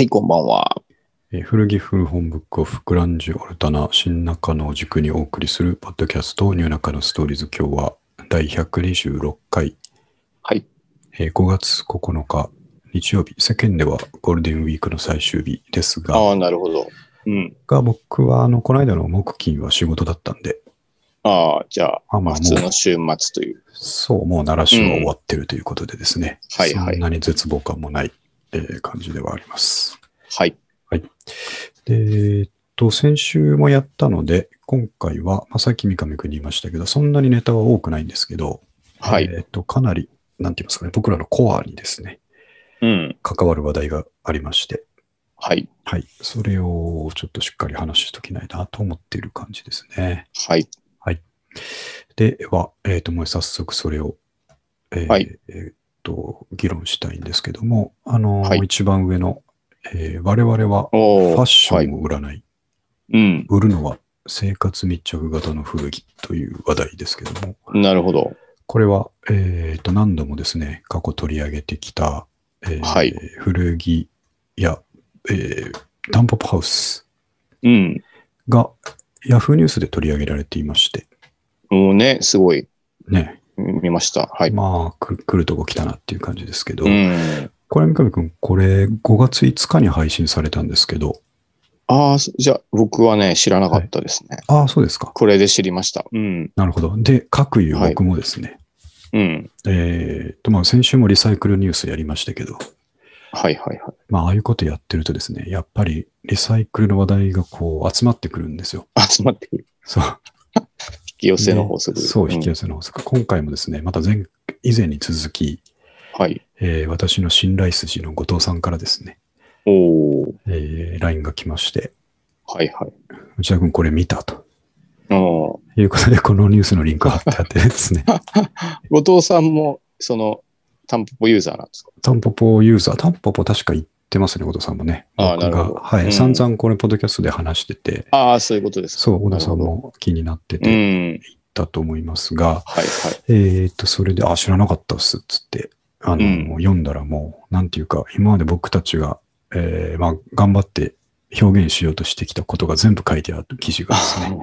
はい、こんばんは。 古着古本ブックオフグランジュオルタナ新中野を軸にお送りするポッドキャストニューナカのストーリーズ。今日は第126回、 はい。 5月9日日曜日、世間ではゴールデンウィークの最終日ですが、 ああ、なるほど。うん。 僕はこの間の木金は仕事だったんで、 ああ、じゃあ、 まあ普通の週末という。 もう奈良市は終わってるということでですね、 はいはい。 そんなに絶望感もない、感じではあります。 はい。 はい。で、先週もやったので、今回は、さっき三上君に言いましたけど、そんなにネタは多くないんですけど、 はい。 かなり、なんて言いますかね、僕らのコアにですね、 うん。 関わる話題がありまして、 はい。 はい。それをちょっとしっかり話しておきないなと思っている感じですね。 はい。 はい。では、もう早速それを、 はい。 議論したいんですけども、 はい。 一番上の、我々はファッおー。はい。 ションを売らない。 うん。 売るのは生活密着型の古着という話題ですけども、 なるほど。 これは、何度もですね、過去取り上げてきた、 はい。 古着や、タンポポハウスうん。 がヤフーニュースで取り上げられていまして、 もうね、すごい、 ね、 見ました。はい。 来るとこ来たなっていう感じですけうど、 ん。 これ、三上君、これ5月5日に配信されたんですけど、 ああ、じゃあ、僕はね、知らなかはい。 ったですね。 ああ、そうですか。 これで知りました。うん。 なるほど。で、各有はい。 僕もですね、 うん。 先週もリサイクルニュースやりましたけど、 はいはいはい。 ああいうことやってるとですね、やっぱりリサイクルの話題がこう集まってくるんですよ。 集まってくる。 そ引き寄う。 せので、 法則。 そう、引き寄うん。 せの法則。今回もですね、また以前に続き、 はい。 私の信頼筋の後藤さんからですね、 おー。 LINE が来まして、 はいはい。 内田君これ見たとおー。 いうことで、このニュースのリンク貼ってあってですね、 後藤さんも、タンポポユーザーなんですか？ タンポポユーザー、タンポポ確か言ってますね、後藤さんもね。 ああ、な僕が、 るほど。 はい、散うん。 々これ、ポッドキャストで話してて、 ああ、そういうことですか。 そう、小田さんなるほど。 も気になってうてん。 言ったと思いますが、 はいはい。 それで、知らなかったっす、つって、 うん。 読んだらもう、なんていうか、今まで僕たちが、頑張って表現しようとしてきたことが全部書いてある記事がですね、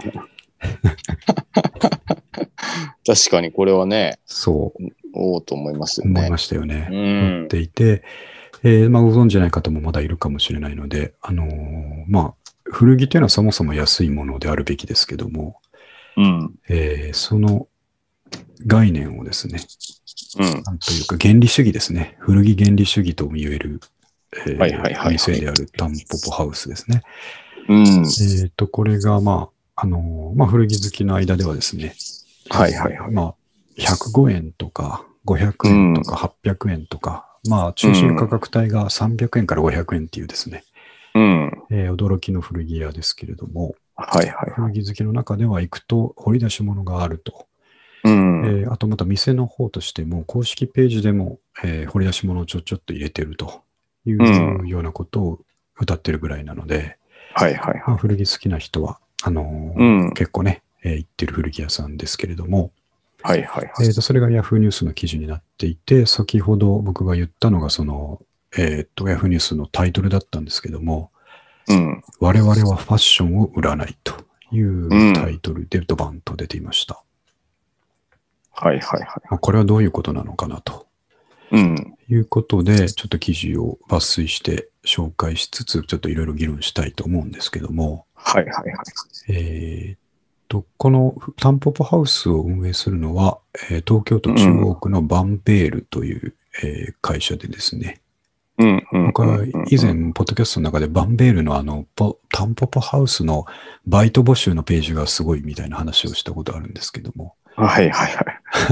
確かにこれはね、 そう、 おおと思いますよね。 思いましたようね。載っん。 ていて、ご存じない方もまだいるかもしれないので、古着というのはそもそも安いものであるべきですけども、 うん。 その概念をですね、 うん。 なんというか原理主義ですね。古着原理主義とも言える、 はいはいはいはい。 店であるタンポポハウスですね。 うん。 これが、古着好きの間ではですね、 はいはいはい。 105円とか500 うん。 円とか800円とか、中心価うん。 格帯が300円から500円っていうですね、 うん。 驚きの古着屋ですけれども、 はいはいはい。 古着好きの中では行くと掘り出し物があると。 うん。 あとまた店の方としても公式ページでも、掘り出し物をちょっと入れてるというん。 うようなことを歌ってるぐらいなので、 はいはいはい。 古着好きな人は、 うん。 結構ね、行ってる古着屋さんですけれども、 はいはいはい。 それが Yahoo ニュースの記事になっていて、先ほど僕が言ったのがその、Yahoo ニュースのタイトルだったんですけども、 うん。 我々はファッションを売らないというタうん。 イトルでドバンと出ていました。 はいはいはい。 これはどういうことなのかなとうん。 いうことで、ちょっと記事を抜粋して紹介しつつ、ちょっといろいろ議論したいと思うんですけども、 はいはいはい。 このタンポポハウスを運営するのは、東京都中うん。 央区のバンベールという、会社でですね、 うん。うん。 僕はうん。 以前、 うん。 ポッドキャストの中でバンベールのタンポポハウスのバイト募集のページがすごいみたいな話をしたことあるんですけども、 はいはいはい。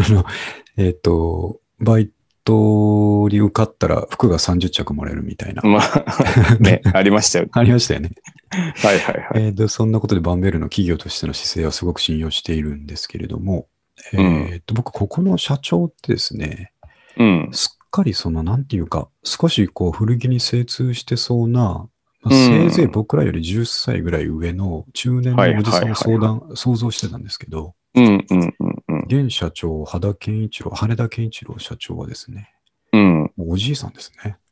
バイトに受かったら服が30着もらえるみたいな。 まあ、ね、ありましたよね。 ありましたよね。 はいはいはい。 そんなことでバンベールの企業としての姿勢はすごく信用しているんですけれども、 うん。 僕、ここの社長ってですね、 うん。 すっかりなんていうか、少しこう古着に精通してそうな、 うせいぜいん。 僕らより10歳ぐらい上の中年はいのおじさんをはいはいはい。 想像してたんですけど、 うんうんうんうん。 現社長、羽田健一郎社長はですね、 うん。 もうおじいさんですね。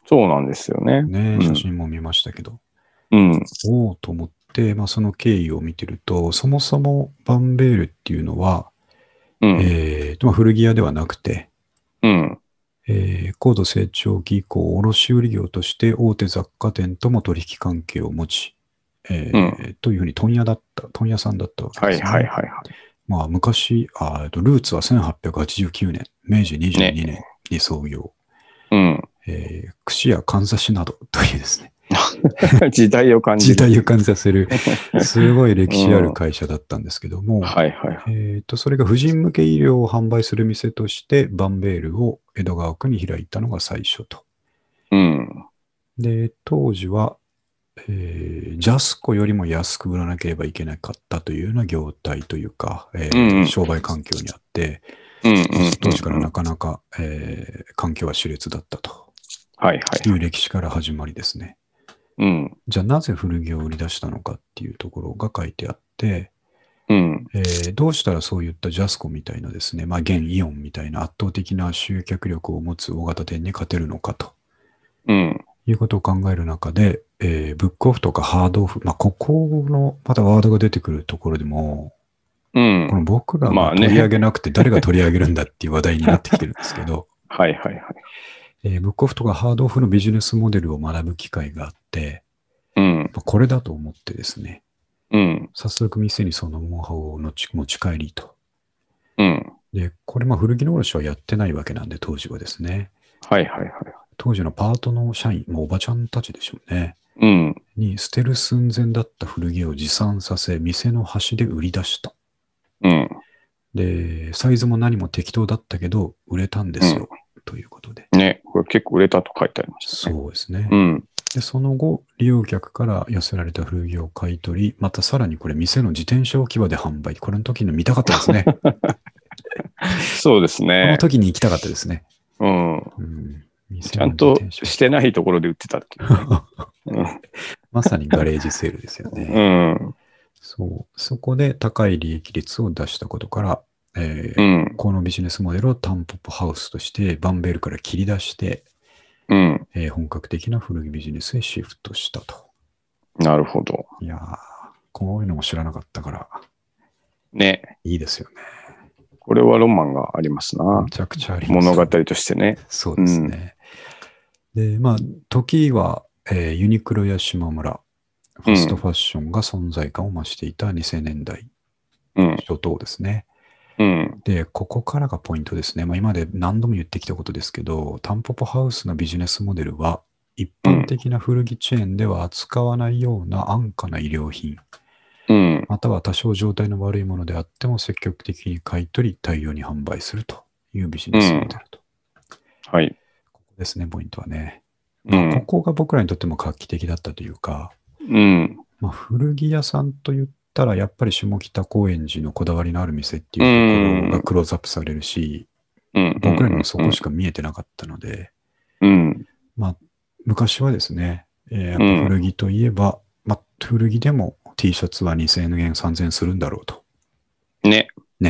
そうなんですよね。 ね、写真も見ましたけど。 うん。 おおと思って、その経緯を見てると、そもそもバンベールっていうのは、 うん。 古着屋ではなくて、 うん。 高度成長期以降、卸売業として大手雑貨店とも取引関係を持ち、 うん。 というふうに問屋さんだったわけはいですね。 はいはいは昔ルーツは1889年、明治い。ね。 22年に創業、 うん。 櫛やかんざしなどというですね、 時代を感じるという。 時代を感じさせる、すごい歴史あるうん。 会社だったんですけども、 はいはいはい。 それが婦人向け衣料を販売する店として、バンベールを江戸川区に開いたのが最初と。 うん。 で、当時は、ジャスコよりも安く売らなければいけなかったというような業態というか、 うん。 商売環境にあって、 うん。うん。 当時からうん。 なかなか、環境は熾烈だったとはいはいはい。 いう歴史から始まりですね。 うん。 じゃあなぜ古着を売り出したのかっていうところが書いてあって、 うん。 どうしたらそういったジャスコみたいなですね、現イオンみたいな圧倒的な集客力を持つ大型店に勝てるのかとうん。 いうことを考える中で、ブックオフとかハードオフ、ここのまたワードが出てくるところでも、 うん。 この僕らがまあ取り上ね。 げなくて誰が取り上げるんだっていう話題になってきてるんですけど、 はいはいはい。 ブックオフとかハードオフのビジネスモデルを学ぶ機会があって、 うん。 これだと思ってですね、 うん。 早速店にそのノウハウを持ち帰りと。 うん。 で、これ古着の卸はやってないわけなんで、当時はですね。 はいはいはい。 当時のパートの社員、おばちゃんたちでしょうね。 うん。 に捨てる寸前だった古着を持参させ、店の端で売り出した。 うん。 で、サイズも何も適当だったけど、売れたんですよ。ということで。 ね。これ結構売れたと書いてありましたね。 そうですね。 うん。 で、その後、利用客から寄せられた古着を買い取り、またさらにこれ、店の自転車置き場で販売。これの時の見たかったですね。 そうですこのね。 時に行きたかったですね。 うん。 店のちゃんと自転車置きしてないところで売ってたっていうね。 場。まさにガレージセールですようね。 ん。 そう。そこで高い利益率を出したことから、 うん。 このビジネスモデルをタンポポハウスとしてバンベールから切り出して、 うん。 本格的な古着ビジネスへシフトしたと。 なるほど。 いやー、こういうのも知らなかったから、 ね。 いいですよね。 これはロマンがありますなめ。ちゃくちゃあります。 物語としてね。 そうですね。で、時は、ユニクロや島村、ファストファッションが存在感を増していた2000年代初頭ですね。で、ここからがポイントですね。今まで何度も言ってきたことですけど、タンポポハウスのビジネスモデルは、一般的な古着チェーンでは扱わないような安価な衣料品、または多少状態の悪いものであっても積極的に買い取り、大量に販売するというビジネスモデルと。 はい。 ここですね、ポイントはね。ここが僕らにとっても画期的だったというか、古着屋さんと言ったら、やっぱり下北高円寺のこだわりのある店っていうところがクローズアップされるし、僕らにもそこしか見えてなかったので、昔はですね、やっぱ古着といえば、古着でも T シャツは2000円、3000円するんだろうと。ね。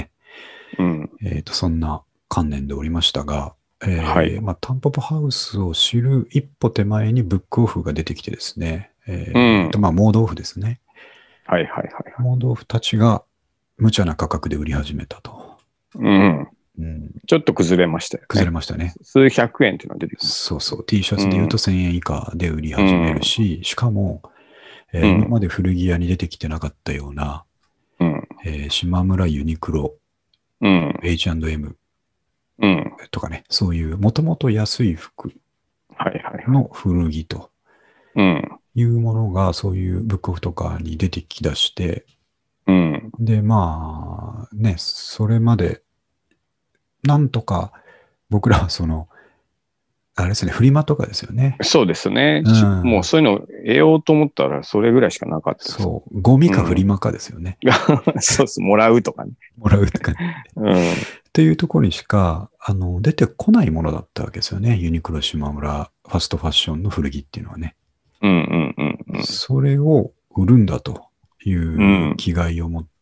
そんな観念でおりましたが、タンポポハウスを知る一歩手前にブックオフが出てきてですね、モードオフですね。モードオフたちが無茶な価格で売り始めたと。 ちょっと崩れましたよね。 崩れましたね。 数百円っていうのが出てきます。 そうそう。T シャツで言うと1000円以下で売り始めるし、しかも、今まで古着屋に出てきてなかったような、島村ユニクロ、H&M、とかね、そういうもともと安い服の古着というものが、そういうブックオフとかに出てきだして、で、それまで、なんとか僕らはあれですね、フリマとかですよね。 そうですね。もうそういうのを得ようと思ったら、それぐらいしかなかったです。 そう。ゴミかフリマかですよね。 そうです。もらうとかね。 もらうとかね。っていうところにしか、出てこないものだったわけですよね。ユニクロ、島村、ファストファッションの古着っていうのはね。それを売るんだという気概を持って、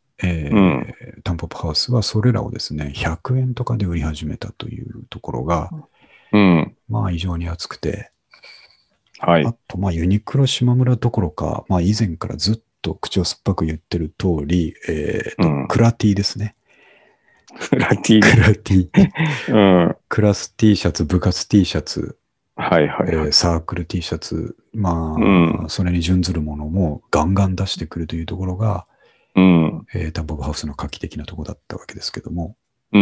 タンポポハウスはそれらをですね、100円とかで売り始めたというところが、 うん。 まあ異常に暑くて、 はい。 あとまあユニクロ島村どころか、まあ以前からずっと口を酸っぱく言ってる通り、 うん。 クラ T ですね。 ラティクね。 ラ T。 うん。 クラス T シャツ、部活 T シャツ、 はいはいはい。 サークル T シャツ、 うまあ、 ん。 それに準ずるものもガンガン出してくるというところが、 うん。 タンポポハウスの画期的なところだったわけですけども、 うん。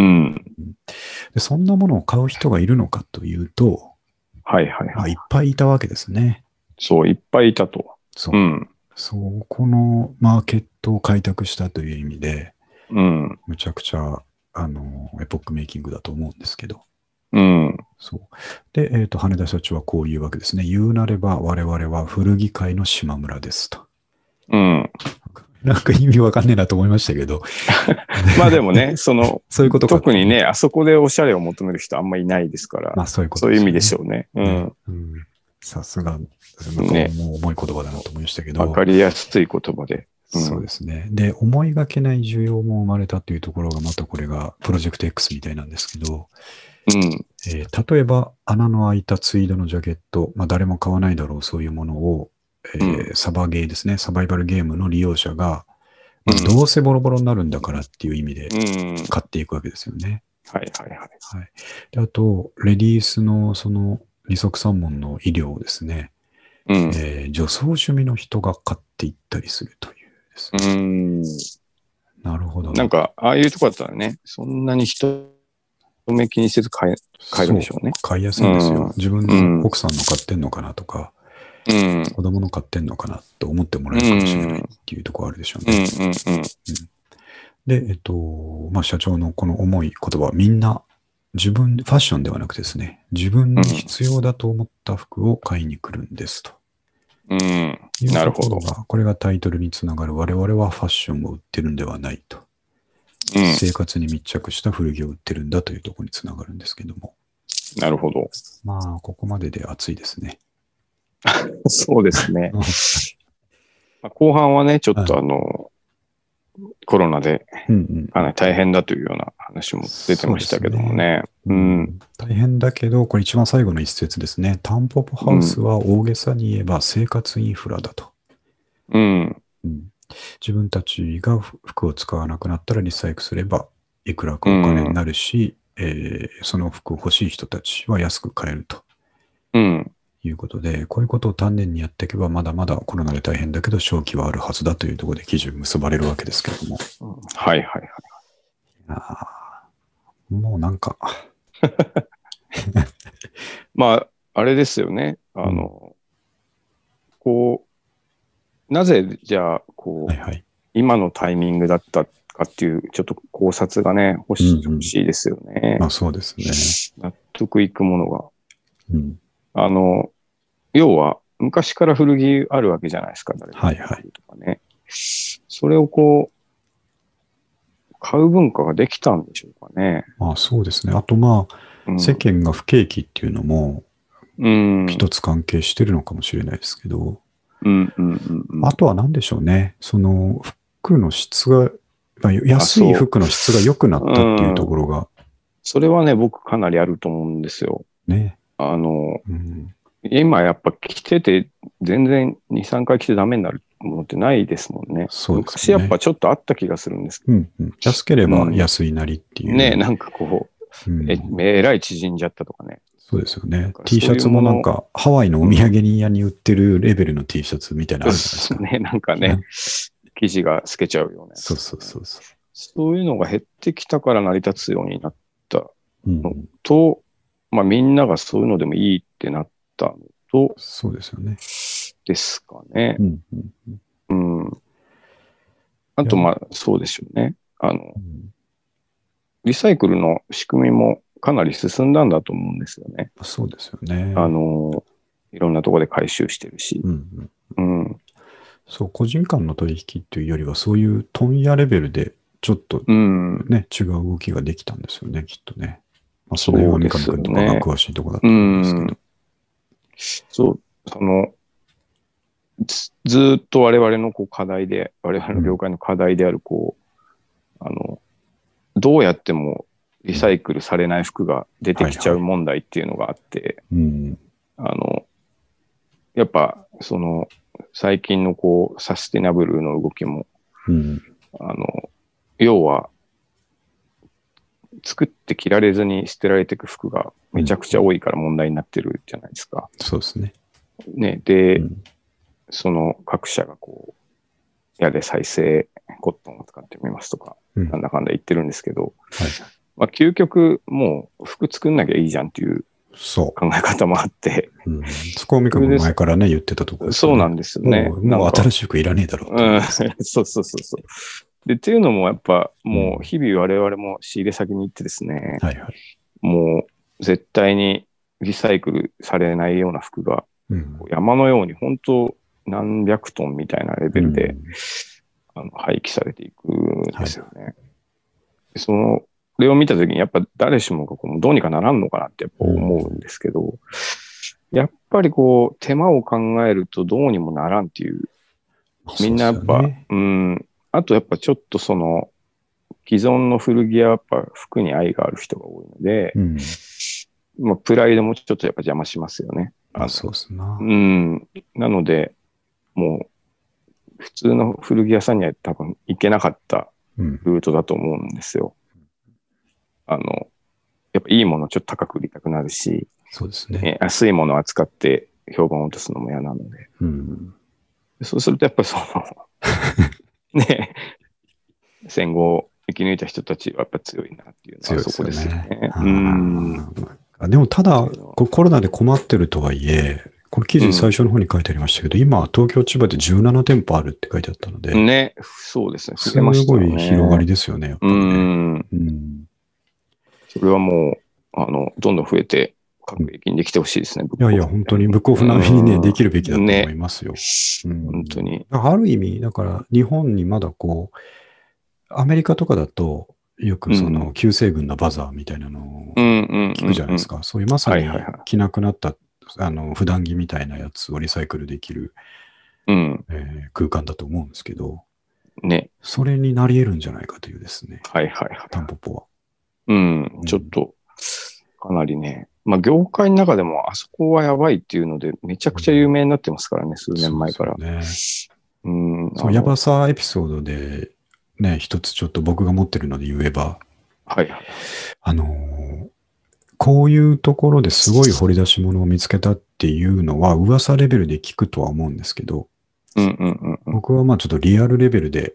で、そんなものを買う人がいるのかというと、 はいはいまあ、いはい。 っぱいいたわけですね。 そう、いっぱいいたと。 そう。 うん。 そこのマーケットを開拓したという意味で、 うん。 むちゃくちゃ、エポックメイキングだと思うんですけど、 うん。 そう。で、羽田社長はこういうわけですね。言うなれば我々は古着界の島村ですと。 うん。 なんか意味わかんねえなと思いましたけど、 まあでもね、 そういうことかってね。 特にね、あそこでおしゃれを求める人あんまりいないですから、 まあそういうことそういう意味でですよね。 しょうね。うね。 ん。 うん。さすが、なんかね。 もう重い言葉だなと思いましたけど、 わかりやすい言葉で。うそうでん。 すね。で、思いがけない需要も生まれたというところが、またこれがプロジェクト X みたいなんですけど、 うん。 例えば穴の開いたツイードのジャケット、まあ誰も買わないだろう、そういうものを、 うん。 サバゲーですね、サバイバルゲームの利用者が、まあ、どうん。 うせボロボロになるんだからっていう意味でうん。 買っていくわけですよね。 はいはいはい。 はい。で、あと、レディースのその二足三門の医療をですね、 うん。 女装趣味の人が買っていったりするというですうね。 ん。 なるほどな。 なんか、ああいうとこだったらね、そんなに人目気にせず買えるんでそう。 しょうね。 買いやすうん。 いんですよ。自分うん。 の奥さんの買ってんのかなとか、 うん。 子供の買ってんのかなと思ってもうらえるかもしれないっん。 ていうところあるでしょううん。うね。 ん。 うん、で、まあ、社長のこの重い言葉はみんな自分、ファッションではなくてですね、自分にうん。 必要だと思った服を買いに来るんですとうん。 いうとなるほど。 ころが、これがタイトルにつながる我々はファッションを売ってるんではないと。 うん。 生活に密着した古着を売ってるんだというところにつながるんですけども。 なるほど。 まあ、ここまでで熱いですね。 そうですね。 うんまあ後半はね、ちょっはい。 とコロナでうんうんうん。 かなり大変だというような話も出てそうでましたけどもすね。 ね。 ううん。 ん、大変だけど、これ一番最後の一節ですね。タンポポハウスうん。 は大げさに言えば生活インフラだと。 うん。 うん、自分たちが服を使わなくなったらリサイクルすればいくらかうん。 お金になるし、その服を欲しい人たちは安く買えるとうん。 いうことで、こういうことを丹念にやっていけばまだまだコロナで大変だけど勝機はあるはずだというところで記事結ばれるわけですけれども。 はいはいはい。 もうなんか、 まあ、あれですよね。 うん、 こなぜじゃあ、 はいはい。 今のタイミングだったかっていう、ちょっと考察がね、 うんうん。 欲しいですよね。 まあそうですね。 納得いくものが。 うん。 あの、要は、昔から古着あるわけじゃないですか、誰でもはいはい。 とかね。それを買う文化ができたんでしょうかね。 まあそうですね。あとまあ、世うん。 間が不景気っていうのもうん。 一つ関係してるのかもしれないですけど、 うん、うん、うん、うん。 あとは何でしょうね。その服の質が、まあ、 あ、 安いそ服の質が良くなう。 ったっていうとこうん。 ろがそれはね、僕かなりあると思うんですよ。 ね。 あの、 うん、 今やっぱ着てて全然2、3回着てダメになるものってないですもんね。 そうですよね。 昔やっぱちょっとあった気がするんですけど。 うんうん。安ければうん。 安いなりっていねえ、 う、 なんかうん、 えらい縮んじゃったとかね。 そうですよね。 なんか T そういシャツもなんうもの、 かハワイのお土うん。 産屋に売ってるレベルの T シャツみたいなのあるじゃないですか。 ね、なんかね、生地が透けちゃうようなやそうつとかね。 そうそうそそういうのが減ってきたから成り立つようになったう。うのん、 と、まあみんながそういうのでもいいってなったのと、 そうですよね。 ですかね。 うん、うん、うん。 うん。あいや、 とまあそうでしょうね。 うん、 リサイクルの仕組みもかなり進んだんだと思うんですよね。 そうですよあね。 の、いろんなところで回収してるし。 うん、うん。 うん。 そう、個人間の取引っていうよりは、そういう問屋レベルで、ちょっとうん。 ね、違う動きができたんですよね、きっとね。まあ、その辺は三上そうですよ君とかがね。 詳しいところだうと思うんですけど。 ん。そう、ずーっと我々の課題で、我々 うん、 の業界の課題である、どうやってもリサイクルされない服が出てきちゃう問題っていうのがあって、やっぱ最近のサステナブルの動きも、要は作って着られずに捨てられていく服がめちゃくちゃ多いから問題になってるじゃないですか。 そうですね。 で、各社が矢で再生コットンを使ってみますとか、なんだかんだ言ってるんですけど、究極もう服作んなきゃいいじゃんっていう考え方もあって、 そこを三上君前からね言ってたところですね。 そうなんですよね。 もう新しい服いらねえだろう。 そう。で、っていうのもやっぱもう日々我々も仕入れ先に行ってですね、もう絶対にリサイクルされないような服が山のように本当何百トンみたいなレベルで、廃棄されていくんですよね。それを見たときにやっぱ誰しもがどうにかならんのかなってやっぱ思うんですけど、やっぱり手間を考えるとどうにもならんっていう、みんなやっぱ、あとやっぱちょっと既存の古着はやっぱ服に愛がある人が多いので、プライドもちょっとやっぱ邪魔しますよね。 そうですな。 なので、もう普通の古着屋さんには多分行けなかったルートだと思うんですよ。やっぱいいものをちょっと高く売りたくなるし、 そうですね。 安いものを扱って評判を落とすのも嫌なので。そうするとやっぱね、戦後生き抜いた人たちはやっぱ強いなっていうのはそこですよね。 でもただ、コロナで困ってるとはいえ、この記事最初の方に書いてありましたけど、今、東京、千葉で17店舗あるって書いてあったので、 ね、そうですね。 すごい広がりですよね、やっぱりね。 それはもう、どんどん増えて、各駅にできてほしいですね。 いや、本当にブックオフ並みにね、できるべきだと思いますよ。 本当に。 ある意味、だから日本にまだアメリカとかだと、よく旧西軍のバザーみたいなのを聞くじゃないですか。そういうまさに着なくなった普段着みたいなやつをリサイクルできる、空間だと思うんですけど、それになり得るんじゃないかというですね。タンポポは。 ちょっと、かなりね、業界の中でもあそこはやばいっていうので、めちゃくちゃ有名になってますからね、数年前から。 そう、やばさエピソードで、ね、一つちょっと僕が持ってるので言えば、こういうところですごい掘り出し物を見つけたっていうのは噂レベルで聞くとは思うんですけど、僕はちょっとリアルレベルで、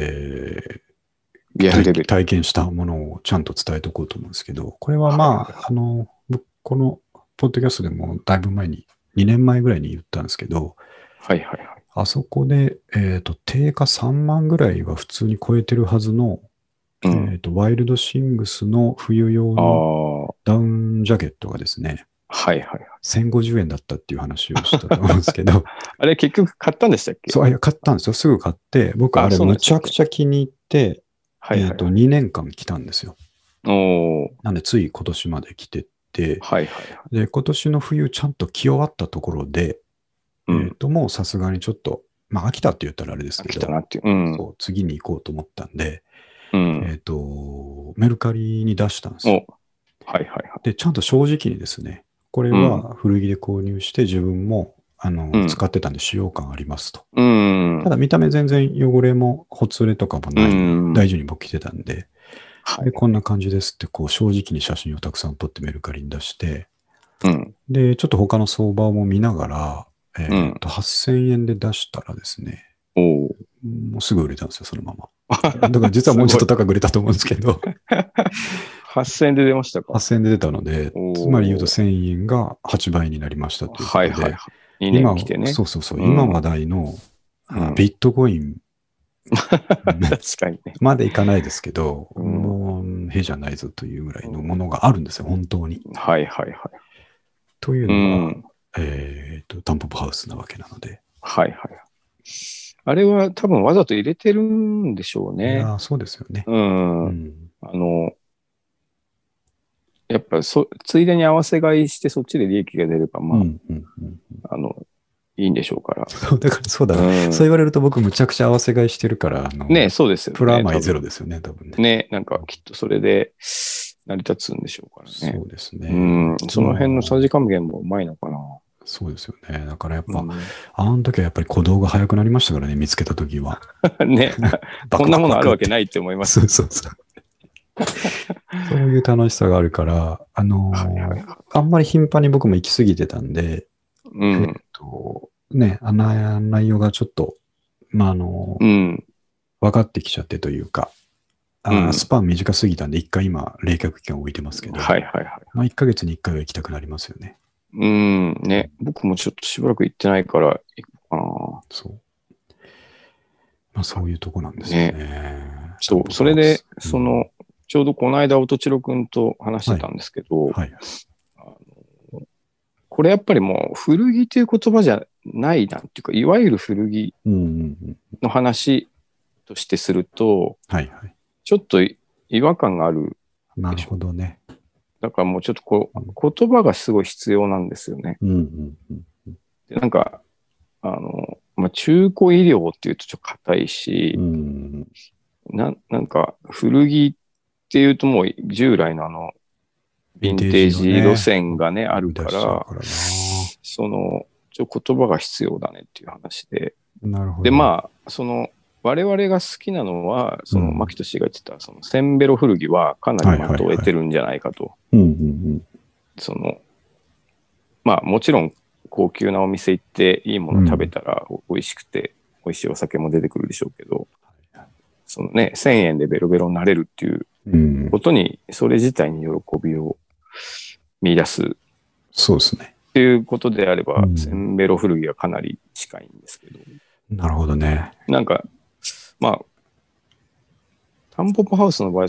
体験したものをちゃんと伝えておこうと思うんですけど、これはこのポッドキャストでもだいぶ前に、2年前ぐらいに言ったんですけど、あそこで、定価3万ぐらいは普通に超えてるはずの、ワイルドシングスの冬用のダウンジャケットがですね、1050円だったっていう話をしたと思うんですけど。 あれ結局買ったんでしたっけ？ そう、買ったんですよ。すぐ買って、僕あれむちゃくちゃ気に入って、2年間来たんですよ。なんでつい今年まで来てて、で、今年の冬ちゃんと着終わったところで、もうさすがにちょっと、飽きたって言ったらあれですけど、そう次に行こうと思ったんで、メルカリに出したんですよ。で、ちゃんと正直にですね、これは古着で購入して自分も使ってたんで使用感ありますと。ただ見た目全然汚れもほつれとかもない、大事に僕着てたんで、でこんな感じですって正直に写真をたくさん撮ってメルカリに出して、で、ちょっと他の相場も見ながら、8000円で出したらですね、もうすぐ売れたんですよ、そのまま。だから実はもうちょっと高く売れたと思うんですけど。 8000円で出ましたか？ 8000円で出たので、つまり言うと1000円が8倍になりましたということで、 2年来てね。 今話題のビットコイン確かにね。 までいかないですけど、もうへじゃないぞというぐらいのものがあるんですよ、本当に。というのが、タンポポハウスなわけなので。 あれは多分わざと入れてるんでしょうね。 いや、そうですよね。 やっぱついでに合わせ買いしてそっちで利益が出れば、いいんでしょうから。 だからそうだ、そう言われると僕むちゃくちゃ合わせ買いしてるから、 そうですよね。 プラマイゼロですよね、多分ね。 なんかきっとそれで、 成り立つんでしょうからね。 そうですね。 その辺のさじ加減もうまいのかな。 そうですよね。だからやっぱ、あの時はやっぱり鼓動が速くなりましたからね、見つけた時は。 ね、こんなものあるわけないって思います。 そう。そういう楽しさがあるから、あんまり頻繁に僕も行き過ぎてたんで、ね、内容がちょっと、分かってきちゃってというか、スパン短すぎたんで、一回今、冷却期間を置いてますけど、1ヶ月に1回は行きたくなりますよね。 ね、僕もちょっとしばらく行ってないから行こうかな。 そう。そういうとこなんですよね。 そう、それで、ちょうどこの間、音千代くんと話してたんですけど、これやっぱりもう古着という言葉じゃないなっていうか、いわゆる古着の話としてすると、ちょっと違和感がある。 なるほどね。 だからもうちょっと言葉がすごい必要なんですよね。なんか、中古医療っていうとちょっと硬いし、なんか古着っていうともう従来のヴィンテージ路線がね、あるから、言葉が必要だねっていう話で。で、我々が好きなのは、牧俊が言ってた、センベロ古着はかなり的を得てるんじゃないかと。もちろん高級なお店行っていいもの食べたら美味しくて、美味しいお酒も出てくるでしょうけど、1000円でベロベロになれるっていうことに、それ自体に喜びを見出す。 そうですね。 っていうことであれば、センベロ古着はかなり近いんですけど。 なるほどね。 なんか、タンポポハウスの場合、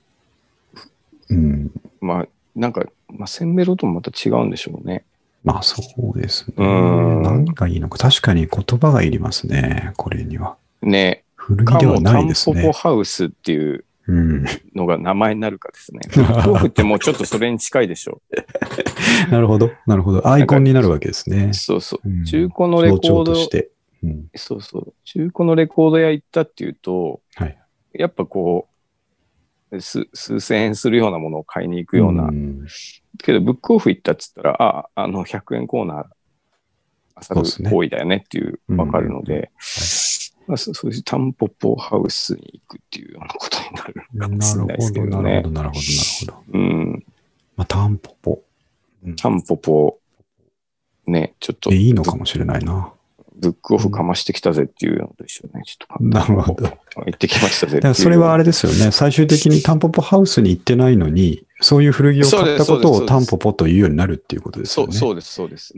センベロともまた違うんでしょうね。 そうですね。何がいいのか。確かに言葉がいりますね、これには。 ね。 古着ではないですね。 タンポポハウスっていうのが名前になるかですね。ブックオフってもうちょっとそれに近いでしょう。なるほど。アイコンになるわけですね。 そう。中古のレコード。中古のレコード屋行ったっていうと、やっぱ数千円するようなものを買いに行くような。けど、ブックオフ行ったっつったら、100円コーナー、漁る行為だよねっていう、わかるので、そういうタンポポハウスに行くっていうようなことになるかもしれないですけどね。 なるほど。タンポポ。 タンポポ、ね、ちょっと。 いいのかもしれないな。 ブックオフかましてきたぜっていうのと一緒ね。ちょっとなるほど。 行ってきましたぜっていう。 それはあれですよね。最終的にタンポポハウスに行ってないのに、そういう古着を買ったことをタンポポというようになるっていうことですよね。 そうです。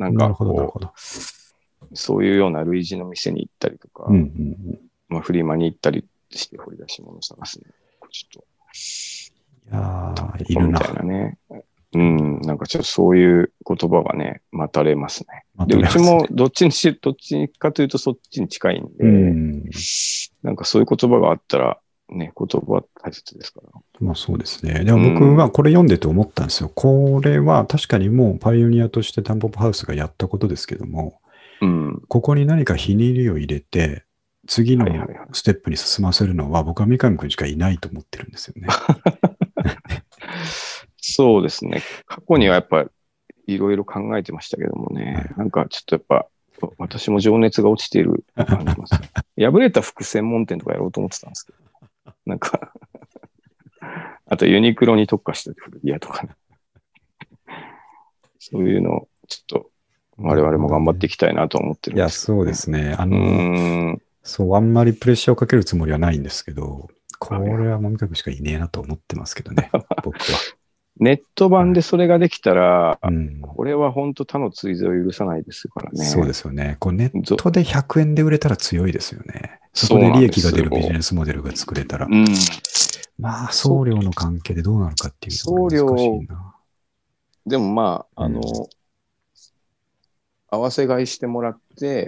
なんか、なるほど。そういうような類似の店に行ったりとか、フリマに行ったりして掘り出し物を探すね。ちょっと。 いるな。 みたいなね。なんかちょっとそういう言葉がね、待たれますね。で、うちもどっちかというとそっちに近いんで、なんかそういう言葉があったら、ね、言葉は大切ですから。 そうですね。でも僕はこれ読んでて思ったんですよ。これは確かにもうパイオニアとしてタンポポハウスがやったことですけども、ここに何かひねりを入れて、次のステップに進ませるのは僕は三上君しかいないと思ってるんですよね。 そうですね。過去にはやっぱいろいろ考えてましたけどもね、なんかちょっとやっぱ私も情熱が落ちている感じます。破れた服専門店とかやろうと思ってたんですけど、なんかあとユニクロに特化した古着屋とかね。そういうのをちょっと我々も頑張っていきたいなと思ってるんですけど、ね。 そうですね。あんまりプレッシャーをかけるつもりはないんですけど、これはもみかくしかいねえなと思ってますけどね、僕は。 ネット版でそれができたら、これは本当他の追随を許さないですからね。 そうですよね。ネットで100円で売れたら強いですよね。そこで利益が出るビジネスモデルが作れたら。送料の関係でどうなるかっていうのが難しいな。 でも合わせ買いしてもらって、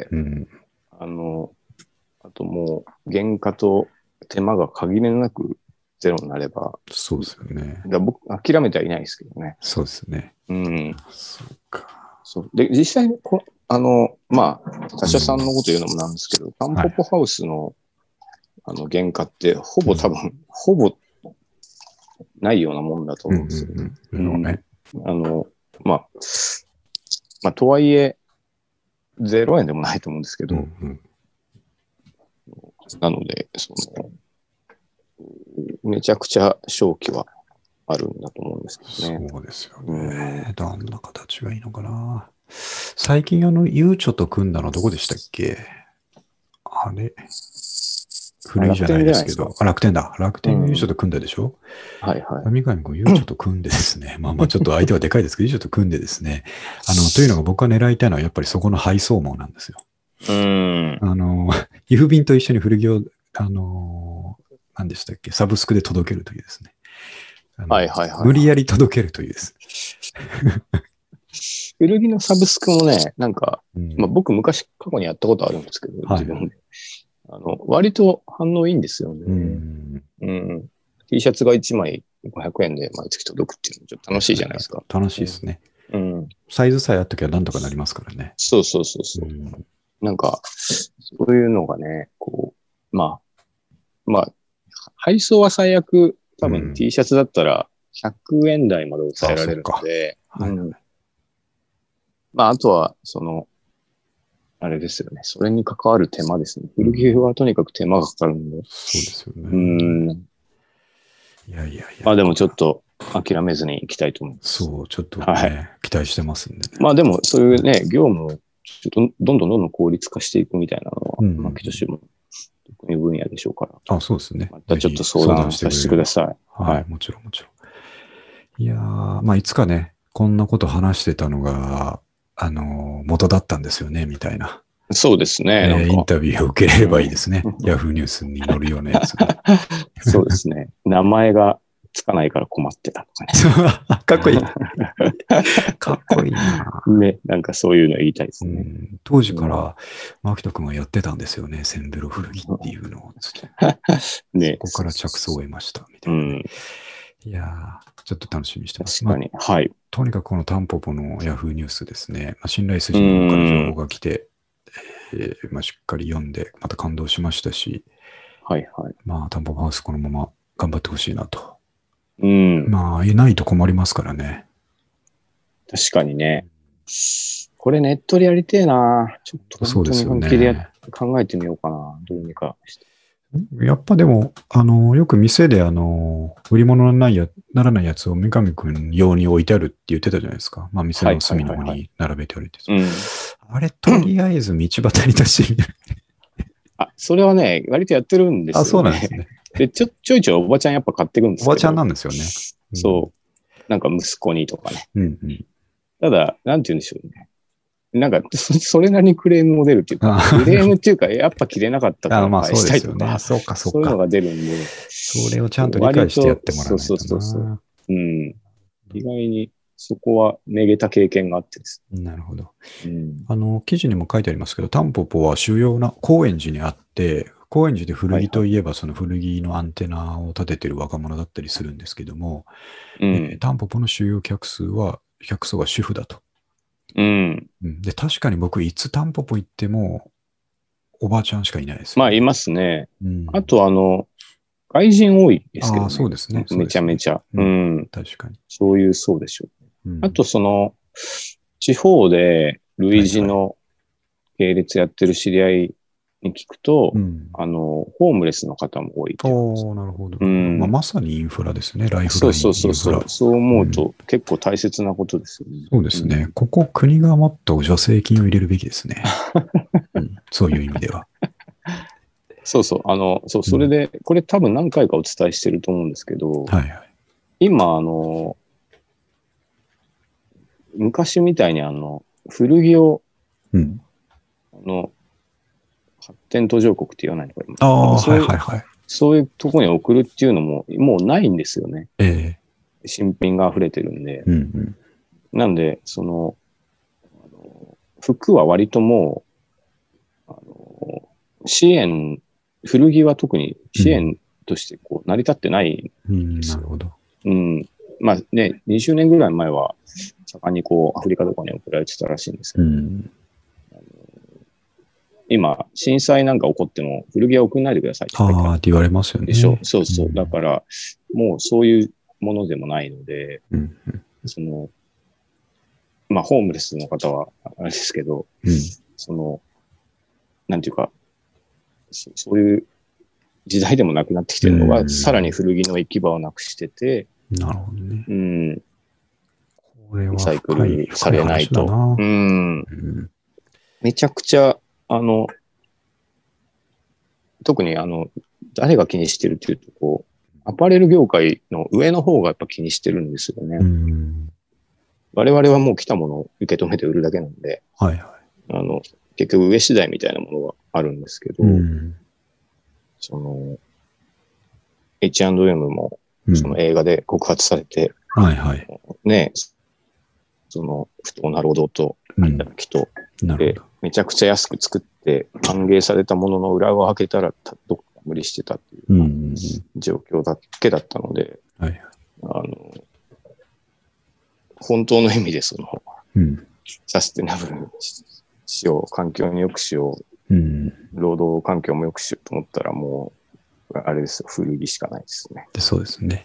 あともう原価と手間が限りなくゼロになれば。 そうですよね。 僕、諦めてはいないですけどね。 そうですね。 そうか。で、実際に他社さんのこと言うのもなんですけど、タンポポハウスの、原価って、ほぼないようなもんだと思うんですよね。まあ、とはいえ、0円でもないと思うんですけど、なので、めちゃくちゃ勝機はあるんだと思うんですけどね。 そうですよね。どんな形がいいのかな。最近ゆうちょと組んだのどこでしたっけ？あれ古いじゃないですけど。楽天だ。楽天がゆうちょと組んだでしょ？ はいはい。 三上君、ゆうちょと組んでですね。まあちょっと相手はでかいですけど、ゆうちょと組んでですね。というのが僕が狙いたいのはやっぱりそこの配送網なんですよ。郵便と一緒に古着を、何でしたっけ？サブスクで届けるというですね。無理やり届けるというです。 古着のサブスクもね、なんか、まあ、僕昔過去にやったことあるんですけど、自分で。割と反応いいんですよね。T シャツが1枚500円で毎月届くっていうのもちょっと楽しいじゃないですか。 楽しいですね。サイズさえあっときゃなんとかなりますからね。 そう。なんか、そういうのがね、こう、まあ、配送は最悪、多分 T シャツだったら100円台まで抑えられるので、まあ、あとは、あれですよね。それに関わる手間ですね。古着はとにかく手間がかかるんで。 そうですよね。いや。 まあでもちょっと諦めずにいきたいと思います。 そう、ちょっとね、期待してますんでね。 まあでもそういうね、業務をちょっとどんどん効率化していくみたいなのは、牧俊も得意分野でしょうから。 そうですね。 またちょっと相談させてください。 はい、もちろん。いやー、まあいつかね、こんなこと話してたのが、元だったんですよね、みたいな。 そうですね。 インタビューを受ければいいですね。ヤフーニュースに載るようなやつが。 そうですね。名前がつかないから困ってたとかね。かっこいい。かっこいいな。 ね、なんかそういうの言いたいですね。 当時から、牧人君はやってたんですよね。センベロ古着っていうのを。ね、そこから着想を得ました。みたいな。いやー、ちょっと楽しみにしてます。 確かに。はい。 とにかくこのタンポポのヤフーニュースですね。信頼筋の方から情報が来て、しっかり読んで、また感動しましたし、タンポポハウスこのまま頑張ってほしいなと。いないと困りますからね。 確かにね。これネットでやりてえな。ちょっと本当に本気で考えてみようかな。どうにかして。 やっぱでも、よく店で売り物にならないやつを三上くん用に置いてあるって言ってたじゃないですか。まあ店の隅の方に並べてあるって。あれ、とりあえず道端に出してみる。 それはね、割とやってるんですよね。 そうなんですね。 で、ちょいちょいおばちゃんやっぱ買ってくるんですよ。 おばちゃんなんですよね。 そう。なんか息子にとかね。ただ、なんて言うんでしょうね。なんか、それなりにクレームも出るっていうか、クレームっていうか、やっぱ着れなかったから返したいとか、そういうのが出るんで。 それをちゃんと理解してやってもらわないとな。 そう。意外にそこはめげた経験があってですね。なるほど。記事にも書いてありますけど、タンポポは主要な高円寺にあって、高円寺で古着といえば、その古着のアンテナを立ててる若者だったりするんですけども、タンポポの主要客層は主婦だと。で、確かに僕、いつタンポポ行っても、おばあちゃんしかいないです、 ね。まあ、いますね。あと、外人多いですけどね。 そうですね。 めちゃめちゃ。 確かに。 そうでしょう。あと、地方で類似の系列やってる知り合いに聞くと、ホームレスの方も多い。 なるほど。まさにインフラですね。ライフライン。 そう思うと結構大切なことですよね。 そうですね。ここ国がもっと助成金を入れるべきですね。そういう意味では。 それで、これ多分何回かお伝えしてると思うんですけど、今、昔みたいに古着を、発展途上国って言わないのかな。そういうところに送るっていうのももうないんですよね。新品が溢れてるんで。なんで、服は割ともう、古着は特に支援として成り立ってないんですよ。 なるほど。 まあね、20年ぐらい前は、盛んにアフリカとかに送られてたらしいんですけど、今、震災なんか起こっても、古着は送んないでくださいって書いてある。 って言われますよね。 でしょ。そう。だから、もうそういうものでもないので、まあ、ホームレスの方は、あれですけど、なんていうか、そういう時代でもなくなってきてるのが、さらに古着の行き場をなくしてて、 なるほどね。これはリサイクルされないと。めちゃくちゃ、特に誰が気にしてるっていうと、こう、アパレル業界の上の方がやっぱ気にしてるんですよね。我々はもう来たものを受け止めて売るだけなんで、結局上次第みたいなものがあるんですけど、H&M も、その映画で告発されて、ね、不当な労働と働きと、で、めちゃくちゃ安く作って歓迎されたものの裏を開けたら、どこか無理してたっていう状況だけだったので、本当の意味でサステナブルにしよう、環境に良くしよう、労働環境も良くしようと思ったらもう、あれですよ、古着しかないですね。 そうですね。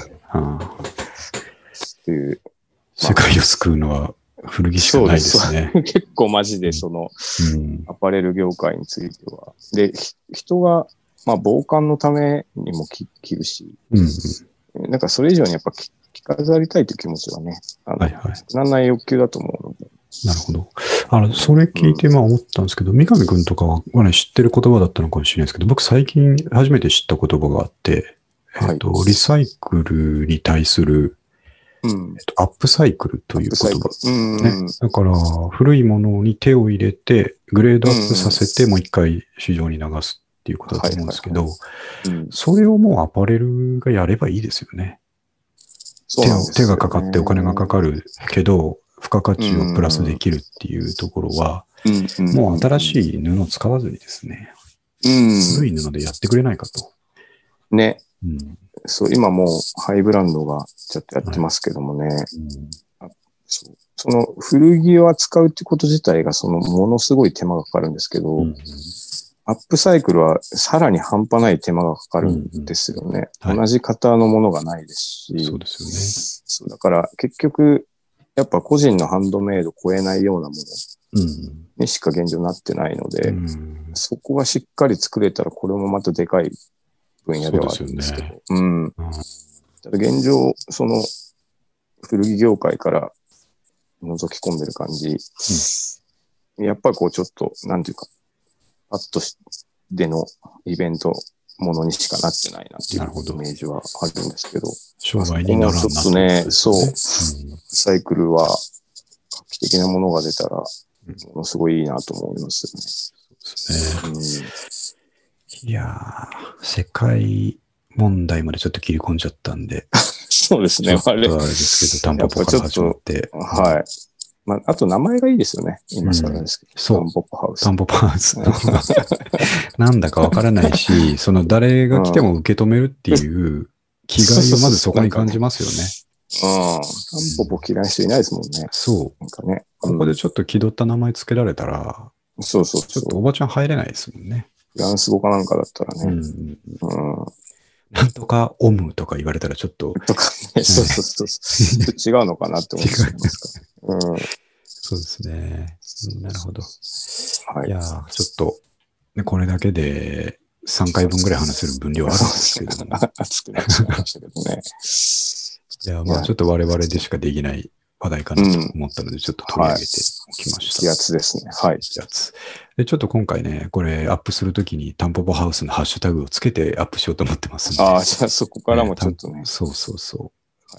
っていう。 世界を救うのは古着しかないですね。 結構マジでアパレル業界については。で、人が、まあ、防寒のためにも着るし、なんかそれ以上にやっぱ着飾りたいという気持ちはね、なんない欲求だと思うので。 なるほど。それ聞いて思ったんですけど、三上くんとかは、ね、知ってる言葉だったのかもしれないですけど、僕最近初めて知った言葉があって、リサイクルに対する、アップサイクルという言葉、ね。だから、古いものに手を入れて、グレードアップさせて、もう一回市場に流すっていうことだと思うんですけど、それをもうアパレルがやればいいですよね。手がかかってお金がかかるけど、付加価値をプラスできるっていうところは、もう新しい布を使わずにですね、古い布でやってくれないかと。 ね。そう、今もうハイブランドがちょっとやってますけどもね。その古着を扱うってこと自体がものすごい手間がかかるんですけど、アップサイクルはさらに半端ない手間がかかるんですよね。同じ型のものがないですし。 そうですよね。 だから結局、やっぱ個人のハンドメイドを超えないようなものにしか現状なってないので、そこがしっかり作れたらこれもまたでかい分野ではあるんですけど、ただ現状、古着業界から覗き込んでる感じ、やっぱりこうちょっと、なんていうか、パッとでのイベントものにしかなってないなっていうイメージはあるんですけど、 商売にならんなちょっとね、サイクルは画期的なものが出たら、ものすごいいいなと思いますよね。 そうですね。いやー、世界問題までちょっと切り込んじゃったんで。 そうですね。 あれですけど、タンポポから始まって。 はい。まあ、あと名前がいいですよね。今更ですけど。タンポポハウス。 タンポポハウス。なんだかわからないし、誰が来ても受け止めるっていう気概をまずそこに感じますよね。 タンポポ嫌いな人いないですもんね。 そう。 なんかね。 ここでちょっと気取った名前つけられたら、ちょっとおばちゃん入れないですもんね。 フランス語かなんかだったらね。 なんとかオムとか言われたらちょっと。 とかね。そう。違うのかなって思ってますか。 そうですね。なるほど。いやちょっと、これだけで3回分ぐらい話せる分量あるんですけども。 熱くなっちゃいましたけどね。 いや、まあちょっと我々でしかできない話題かなと思ったので、ちょっと取り上げておきました。 気圧ですね。はい。 気圧。で、ちょっと今回ね、これアップするときにタンポポハウスのハッシュタグをつけてアップしようと思ってますんで。 じゃあそこからもちょっとね。 そう。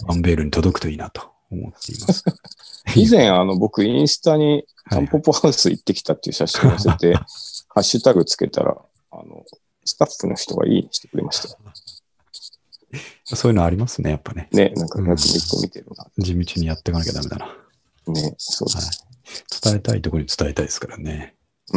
アンベールに届くといいなと思っています。 以前、僕、インスタにタンポポハウス行ってきたっていう写真を載せて、ハッシュタグつけたら、スタッフの人がいいにしてくれました。 そういうのありますね、やっぱね。 ね、なんか100個見てるな。 地道にやっていかなきゃダメだな。 ね、そうです。 伝えたいところに伝えたいですからね。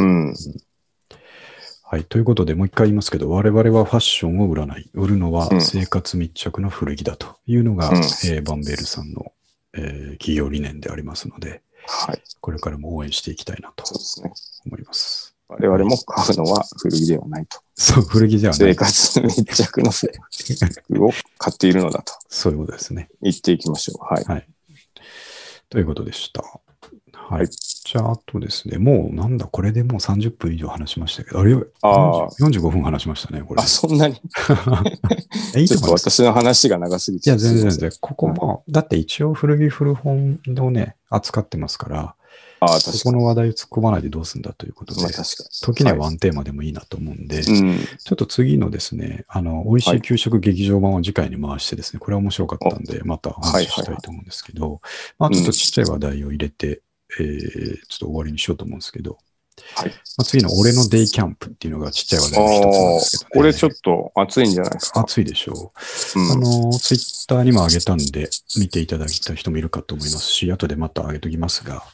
はい。ということで、もう一回言いますけど、我々はファッションを売らない。売るのは生活密着の古着だというのが、バンベールさんの、企業理念でありますので、これからも応援していきたいなと思います。 我々も買うのは古着ではないと。 そう、古着ではない。 生活密着の服を買っているのだと。 そういうことですね。 言っていきましょう。はい。 はい。ということでした。はい。じゃあ、あとですね、もうなんだ、これでもう30分以上話しましたけど、あれ、45分話しましたね、これ。 そんなにいいとちょっと私の話が長すぎて。 いや、全然。ここも、だって一応古着古本をね、扱ってますから、 確かに。 ここの話題を突っ込まないでどうすんだということで、 確かに時にはワンテーマでもいいなと思うんで、ちょっと次のですね、美味しい給食劇場版を次回に回してですね、これは面白かったんで、また話したいと思うんですけど、まあちょっとちっちゃい話題を入れて、ちょっと終わりにしようと思うんですけど、 はい。 次の俺のデイキャンプっていうのがちっちゃい話題の一つなんですけどね。 これちょっと熱いんじゃないですか。 熱いでしょう。ツイッターにも上げたんで、見ていただいた人もいるかと思いますし、後でまた上げときますが、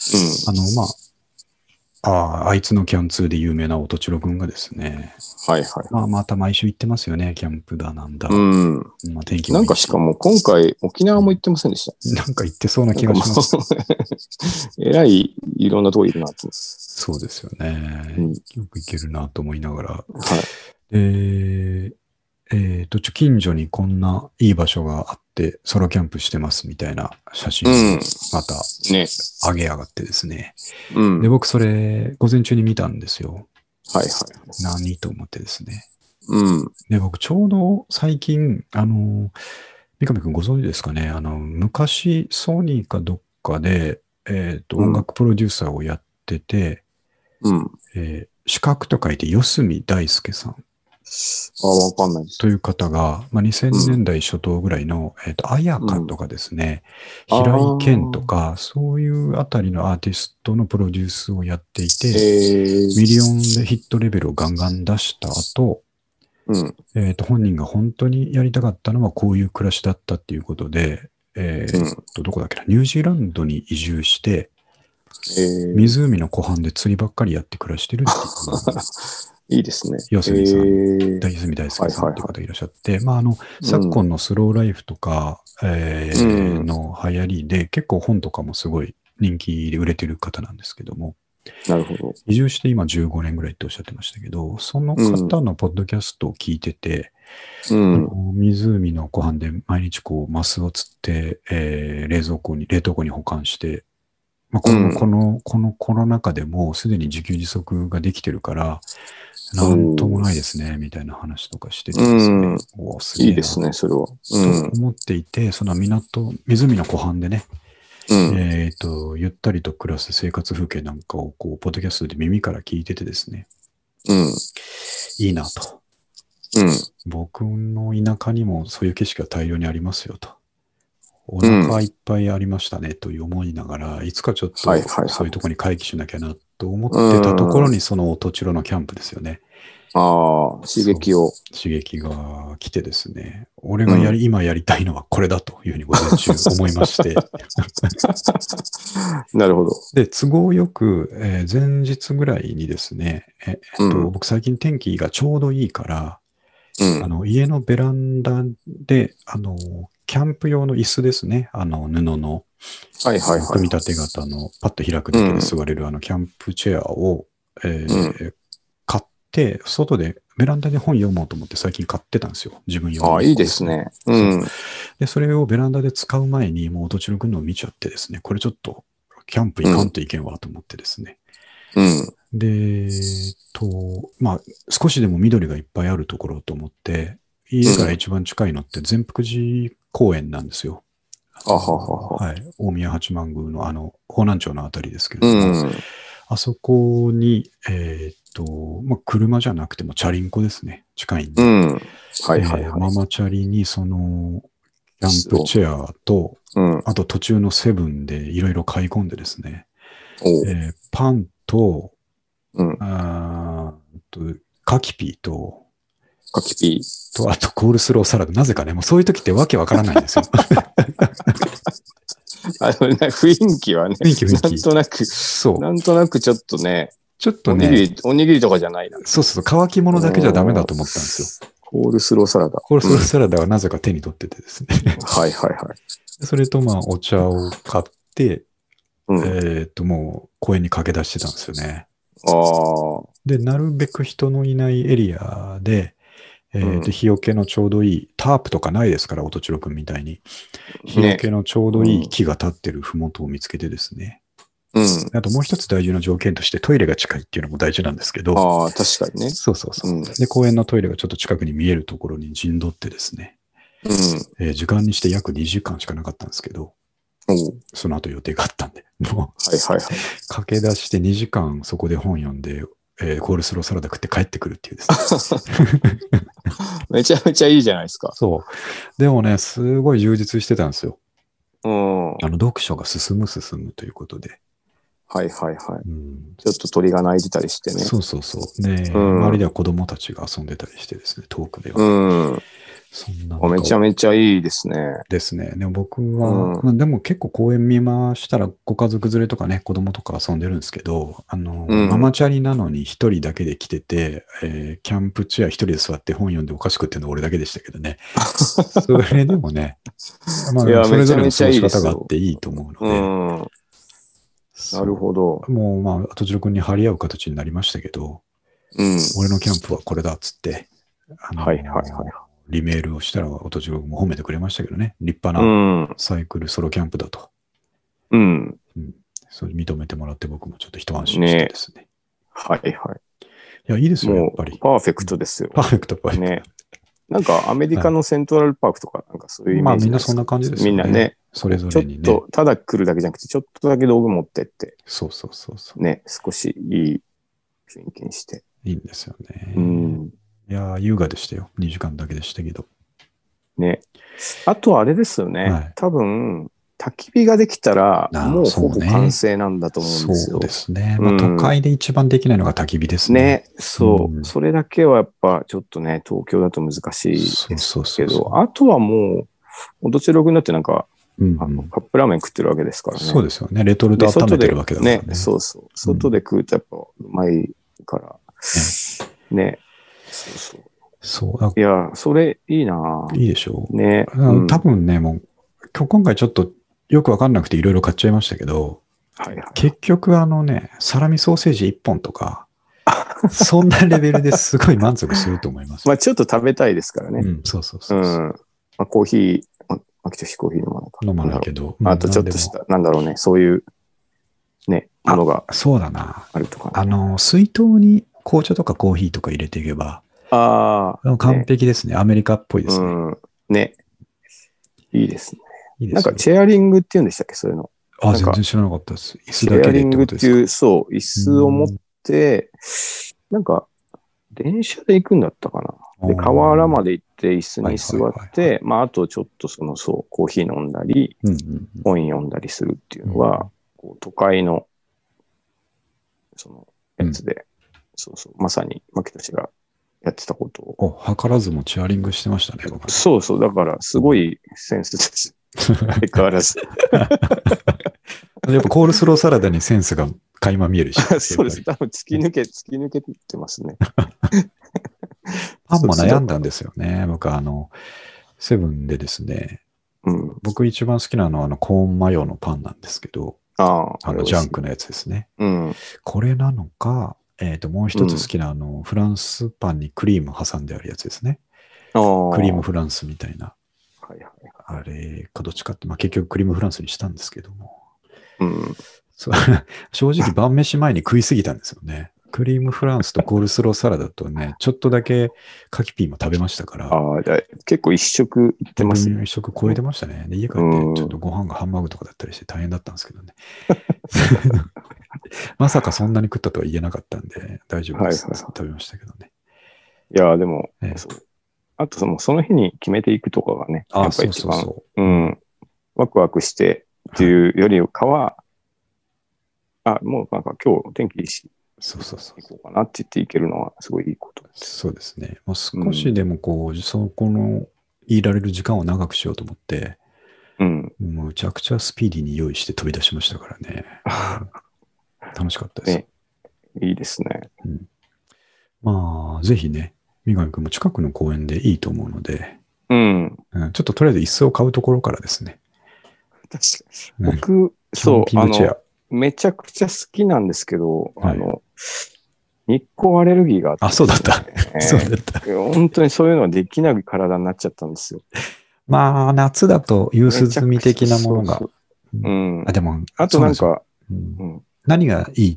あいつのキャンツーで有名な音千代くんがですね、また毎週行ってますよね、キャンプだなんだ。天気もいいし。 なんかしかも今回沖縄も行ってませんでした。 なんか行ってそうな気がします。 えらいいろんなとこいるなって。 そうですよね。よく行けるなと思いながら。近所にこんないい場所があってソロキャンプしてますみたいな写真をまた上げやがってですね。で、僕それ午前中に見たんですよ。何と思ってですね。で、僕ちょうど最近、三上くんご存知ですかね。昔ソニーかどっかで、音楽プロデューサーをやってて、資格と書いて四隅大輔さん。 わかんないです。 という方が、2000年代初頭ぐらいの、綾香とかですね、平井堅とか、そういうあたりのアーティストのプロデュースをやっていて、ミリオンでヒットレベルをガンガン出した後、本人が本当にやりたかったのはこういう暮らしだったっていうことで、どこだっけな、ニュージーランドに移住して、湖の湖畔で釣りばっかりやって暮らしてるっていう。 いいですね。 四隅さん、四隅大輔さんという方いらっしゃって、昨今のスローライフとか、の流行りで、結構本とかもすごい人気で売れてる方なんですけども、 なるほど。 移住して今15年ぐらいっておっしゃってましたけど、その方のポッドキャストを聞いてて、湖の湖畔で毎日マスを釣って、冷凍庫に保管して、このコロナ禍でもすでに自給自足ができてるから、なんともないですね、みたいな話とかしててですね。 いいですね、それは。と思っていて、その湖の湖畔でね、ゆったりと暮らす生活風景なんかを、ポッドキャストで耳から聞いててですね。いいなと。僕の田舎にもそういう景色が大量にありますよと。お腹いっぱいありましたねという思いながら、いつかちょっとそういうところに回帰しなきゃなと思ってたところに、その音千代のキャンプですよね。 刺激が来てですね、俺が今やりたいのはこれだというふうに午前中思いまして。 なるほど。 で、都合よく、前日ぐらいにですね、僕最近天気がちょうどいいから、家のベランダで、キャンプ用の椅子ですね。布の、組み立て型のパッと開くだけで座れるキャンプチェアを、買って、外でベランダで本読もうと思って最近買ってたんですよ。自分用に。 いいですね。 で、それをベランダで使う前に、もう音千代くんのを見ちゃってですね、これちょっとキャンプ行かんといけんわと思ってですね。で、少しでも緑がいっぱいあるところと思って、家から一番近いのって善福寺公園なんですよ。大宮八幡宮の方南町のあたりですけれども、あそこに、車じゃなくてもチャリンコですね。近いんで。ママチャリにそのキャンプチェアと、あと途中のセブンでいろいろ買い込んでですね、パンと、カキピーと、あとコールスローサラダ。なぜかね、もうそういう時ってわけわからないんですよ。 雰囲気はね、なんとなくちょっとね、おにぎりとかじゃないな。 そう、乾き物だけじゃダメだと思ったんですよ。 コールスローサラダ。 コールスローサラダはなぜか手に取っててですね。それとお茶を買って、もう公園に駆け出してたんですよね。 で、なるべく人のいないエリアで、日よけのちょうどいい、タープとかないですから、音千代くんみたいに。日よけのちょうどいい木が立ってるふもとを見つけてですね。あともう一つ大事な条件としてトイレが近いっていうのも大事なんですけど。 確かにね。 そうそうそう。で、公園のトイレがちょっと近くに見えるところに陣取ってですね。時間にして約2時間しかなかったんですけど、その後予定があったんで、もう、駆け出して2時間そこで本読んで、コールスローサラダ食って帰ってくるっていうですね。 めちゃめちゃいいじゃないですか。 そう。でもね、すごい充実してたんですよ。読書が進むということで。 ちょっと鳥が鳴いてたりしてね。 そうそうそう。ね、周りでは子供たちが遊んでたりしてですね、遠くでは。 そんなめちゃめちゃいいですね。 ですね。でも僕は、でも結構公園見ましたら、ご家族連れとかね、子供とか遊んでるんですけど、ママチャリなのに一人だけで来てて、キャンプチェア一人で座って本読んでお菓子食ってるのは俺だけでしたけどね。それでもね、まあ、それぞれの過ごし方があっていいと思うので。 なるほど。 もう、まあ、とちろくんに張り合う形になりましたけど、俺のキャンプはこれだっつって、リメールをしたら、おとちろくんも褒めてくれましたけどね、立派なサイクルソロキャンプだと。それ認めてもらって僕もちょっと一安心してですね。いや、いいですよ、やっぱり。 パーフェクトですよ。 パーフェクト。 ね。なんかアメリカのセントラルパークとか、なんかそういうイメージ。 まあみんなそんな感じですよね。 みんなね。 それぞれにね。 ちょっと、ただ来るだけじゃなくて、ちょっとだけ道具持ってって。 そうそうそう。 ね、少しいい雰囲気にして。 いいんですよね。いやー、優雅でしたよ。2時間だけでしたけど。 ね。あとはあれですよね。多分、焚き火ができたら、もうほぼ完成なんだと思うんですよ。 そうですね。まあ、都会で一番できないのが焚き火ですね。 ね、そう。それだけはやっぱちょっとね、東京だと難しいですけど、あとはもう、どちらくなってなんか、カップラーメン食ってるわけですからね。 そうですよね。レトルト温めてるわけだからね。 そうそう。外で食うとやっぱうまいから。ね。いや、それいいな。 いいでしょう。 ね。 多分ね、もう、今回ちょっとよくわかんなくていろいろ買っちゃいましたけど、結局サラミソーセージ1本とか、そんなレベルですごい満足すると思います。 まあちょっと食べたいですからね。 そう。 まあコーヒー、秋田市コーヒー飲まないか。 飲まないけど。 あとちょっとした、なんだろうね、そういう、ね、ものが。 そうだな。 あるとか。 水筒に紅茶とかコーヒーとか入れていけば、完璧ですね。アメリカっぽいですね。 ね。いいですね。なんかチェアリングって言うんでしたっけ、そういうの。 全然知らなかったです。 椅子だけでってことですか。チェアリングっていう、そう、椅子を持って、なんか、電車で行くんだったかな。で、河原まで行って椅子に座って、まあ、あとちょっとコーヒー飲んだり、本読んだりするっていうのは、都会の、やつで、まさに、牧田氏がやってたことを。 図らずもチェアリングしてましたね、僕。 そう、だから、すごいセンスです。相変わらず。 やっぱコールスローサラダにセンスが垣間見えるし。 そうです。多分突き抜けてますね。 パンも悩んだんですよね。僕セブンでですね、僕一番好きなのはコーンマヨのパンなんですけど、ジャンクのやつですね。これなのか、もう一つ好きなフランスパンにクリーム挟んであるやつですね。クリームフランスみたいな。あれかどっちかって、まあ、結局クリームフランスにしたんですけども。正直晩飯前に食いすぎたんですよね。クリームフランスとコールスローサラダとね、ちょっとだけ柿ピーも食べましたから。 結構一食いってますね。 一食超えてましたね。で、家帰ってちょっとご飯がハンバーグとかだったりして大変だったんですけどね。まさかそんなに食ったとは言えなかったんで、大丈夫です。食べましたけどね。 いや、でも、あとその日に決めていくとかがね、やっぱ一番、ワクワクしてっていうよりかは、もうなんか今日天気いいし、行こうかなって言っていけるのはすごいいいことです。 そうですね。もう少しでもそこのいられる時間を長くしようと思って、もうむちゃくちゃスピーディーに用意して飛び出しましたからね。楽しかったです。 いいですね。 まあ、ぜひね、三上君も近くの公園でいいと思うので、ちょっととりあえず椅子を買うところからですね。 確かに。僕、そう、めちゃくちゃ好きなんですけど、 日光アレルギーがあって、 あ、そうだった。そうだった。 本当にそういうのはできない体になっちゃったんですよ。 まあ、夏だと夕涼み的なものが。 うん。 あ、でも、 あとなんか、 何がいいって、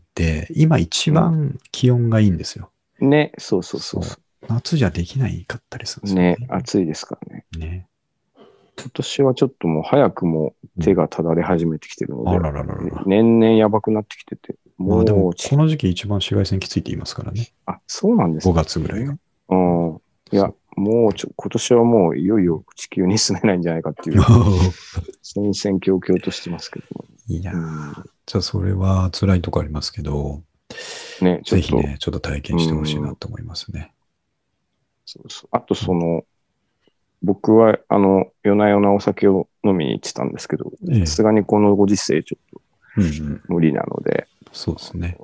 今一番気温がいいんですよ。 ね、そうそうそう。 夏じゃできないかったりするんですよね。ね、暑いですからね。 ね。 今年はちょっともう早くも手がただれ始めてきてるので、年々やばくなってきてて、 もうでもこの時期一番紫外線きついって言いますからね。 あ、そうなんですね。5月ぐらいが。 うん。いや、もう今年はもういよいよ地球に住めないんじゃないかっていう、戦々恐々としてますけど。 いやー、じゃあそれは辛いとこありますけど、 ね、 ぜひね、ちょっと体験してほしいなと思いますね。 そうそう。あと僕は、夜な夜なお酒を飲みに行ってたんですけど、さすがにこのご時世ちょっと無理なので、 そうですね。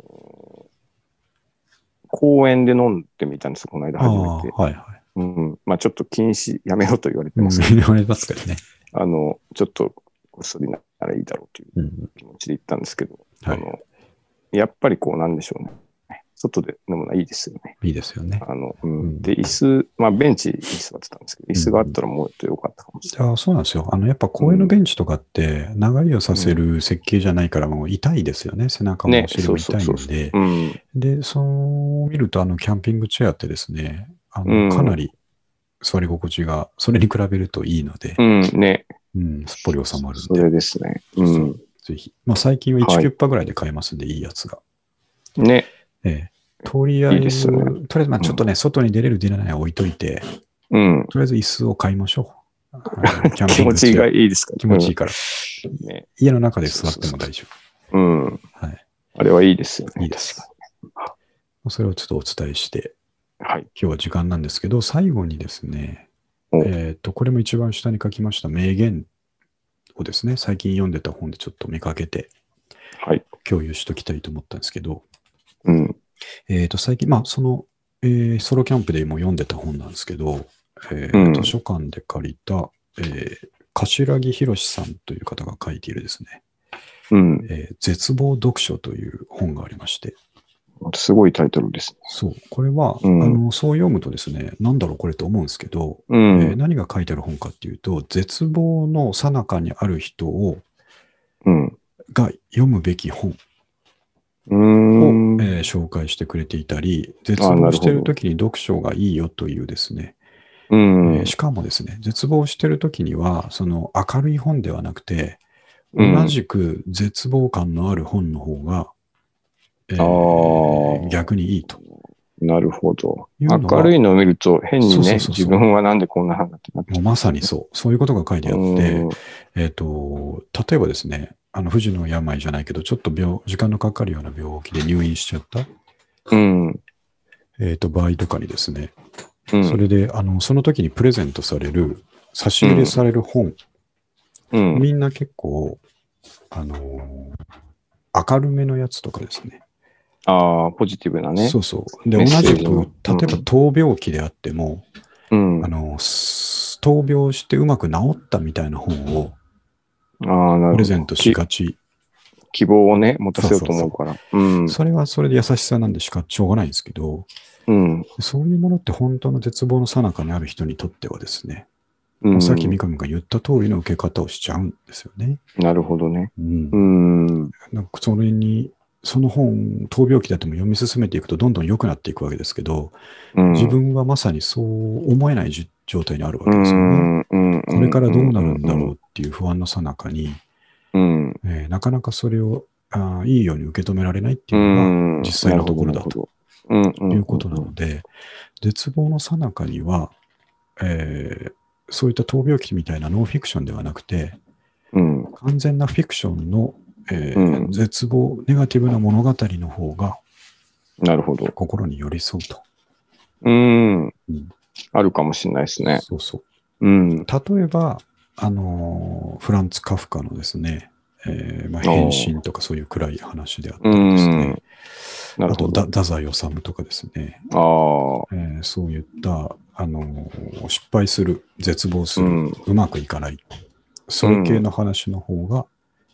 公園で飲んでみたんです、この間初めて。 はいはい。 まあちょっと禁止、やめろと言われてますけど、 言われますからね。 ちょっとこっそりならいいだろうという気持ちで行ったんですけど、やっぱりなんでしょうね。外で飲むのはいいですよね。 いいですよね。 で、椅子、まあ、ベンチに座ってたんですけど、椅子があったらもっと良かったかもしれない。 そうなんですよ。やっぱ公園のベンチとかって、長居をさせる設計じゃないから、もう痛いですよね。背中もお尻も痛いんで。で、そう見ると、キャンピングチェアってですね、かなり座り心地が、それに比べるといいので、すっぽり収まるんで。 それですね。 ぜひ。まあ、最近は1キュッパぐらいで買えますんで、いいやつが。 ね。 とりあえず、とりあえず、まあちょっとね、外に出れる出れないは置いといて、とりあえず椅子を買いましょう。 キャンピングチェア気持ちがいいですか？ 気持ちいいから。家の中で座っても大丈夫。あれはいいですよね。 いいです。それをちょっとお伝えして、 今日は時間なんですけど、最後にですね、これも一番下に書きました名言をですね、最近読んでた本でちょっと見かけて、共有しときたいと思ったんですけど、最近、まあ、ソロキャンプでも読んでた本なんですけど、図書館で借りた、柏木博さんという方が書いているですね、絶望読書という本がありまして。 すごいタイトルですね。 そう。これは、そう読むとですね、なんだろうこれと思うんですけど、何が書いてある本かっていうと、絶望の最中にある人を、が読むべき本を、紹介してくれていたり、絶望しているときに読書がいいよというですね、しかもですね、絶望しているときには、その明るい本ではなくて、同じく絶望感のある本の方が、逆にいいと。 なるほど。明るいのを見ると変にね、自分はなんでこんな話になってなって。 もうまさにそう。そういうことが書いてあって、例えばですね、不治の病じゃないけど、ちょっと時間のかかるような病気で入院しちゃった、場合とかにですね、それで、その時にプレゼントされる、差し入れされる本、みんな結構、明るめのやつとかですね。 ポジティブなね。 そうそう。で、同じく、例えば闘病期であっても、闘病してうまく治ったみたいな本をプレゼントしがち。 希望をね、持たせようと思うから。 それはそれで優しさなんでしょうがないんですけど、そういうものって本当の絶望の最中にある人にとってはですね、さっき三上が言った通りの受け方をしちゃうんですよね。 なるほどね。 それに、その本、闘病期だとも読み進めていくとどんどん良くなっていくわけですけど、自分はまさにそう思えない状態にあるわけですよね。これからどうなるんだろうっていう不安の最中に、なかなかそれをいいように受け止められないっていうのが実際のところだということなので、絶望の最中には、そういった闘病期みたいなノンフィクションではなくて、完全なフィクションの絶望、ネガティブな物語の方が、 なるほど。 心に寄り添うと。 あるかもしれないですね。 そうそう。例えば、フランツ・カフカのですね、変身とかそういう暗い話であったりですね。あと、太宰治とかですね。そういった、失敗する、絶望する、うまくいかない。そういう系の話の方が、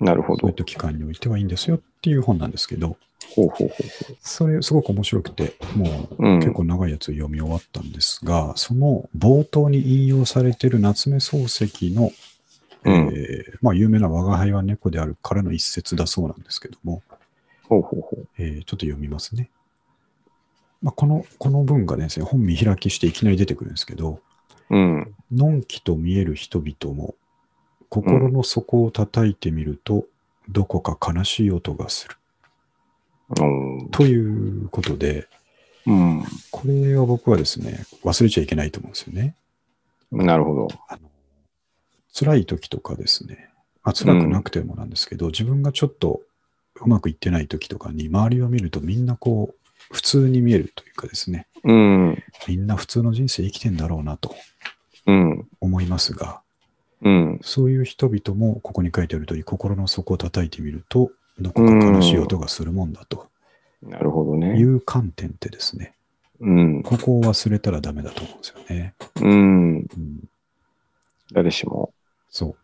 なるほど。 そういった期間においてはいいんですよっていう本なんですけど、それすごく面白くて、もう結構長いやつ読み終わったんですが、その冒頭に引用されている夏目漱石の、有名な我が輩は猫であるからの一節だそうなんですけども、ちょっと読みますね。この文がですね、本見開きしていきなり出てくるんですけど、のんきと見える人々も、心の底を叩いてみると、どこか悲しい音がする。ということで、これは僕はですね、忘れちゃいけないと思うんですよね。 なるほど。 辛い時とかですね、辛くなくてもなんですけど、自分がちょっとうまくいってない時とかに、周りを見るとみんなこう、普通に見えるというかですね、みんな普通の人生生きてんだろうなと思いますが、そういう人々もここに書いてある通り、心の底を叩いてみると、どこか悲しい音がするもんだと。 なるほどね。 いう観点ってですね、ここを忘れたらダメだと思うんですよね。 誰しも、 そう。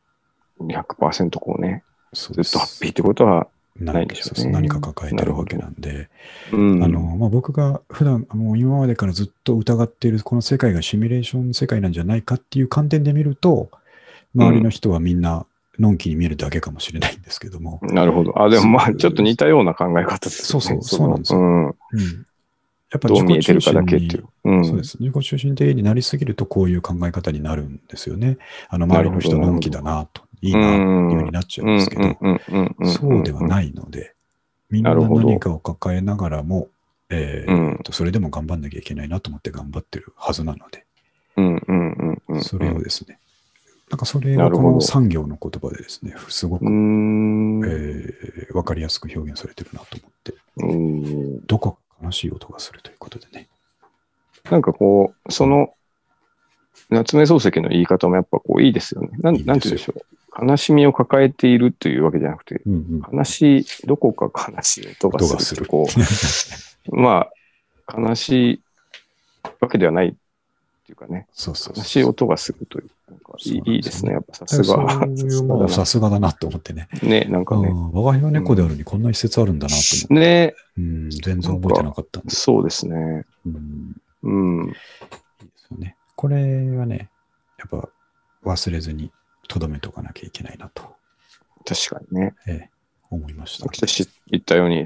100% こうね、ずっとハッピーってことはないんでしょうね。 何か抱えてるわけなんで、僕が普段今までからずっと疑っているこの世界がシミュレーション世界なんじゃないかっていう観点で見ると、周りの人はみんなのんきに見えるだけかもしれないんですけども。 なるほど。でもちょっと似たような考え方ですね。 そうなんですよ。やっぱり自己中心に、 そうです。自己中心的になりすぎるとこういう考え方になるんですよね。周りの人のんきだなと、いいなっていうふうになっちゃうんですけど、そうではないので、みんな何かを抱えながらも、それでも頑張んなきゃいけないなと思って頑張ってるはずなので、それをですね、なんかそれをこの産業の言葉でですね、すごく、わかりやすく表現されてるなと思って、どこか悲しい音がするということでね。 なんかこう、その、夏目漱石の言い方もやっぱこういいですよね。なんて言うんでしょう。悲しみを抱えているというわけじゃなくて、どこか悲しい音がすると、こう、悲しいわけではないっていうかね、悲しい音がするという、なんかいいですね、やっぱさすが。 さすがだなと思ってね。 ね、なんかね。 我が輩は猫であるにこんな一節あるんだなと思って。ね。全然覚えてなかったんで。 そうですね。 いいですよね。これはね、やっぱ忘れずに留めとかなきゃいけないなと。 確かにね。 思いました。 言ったように、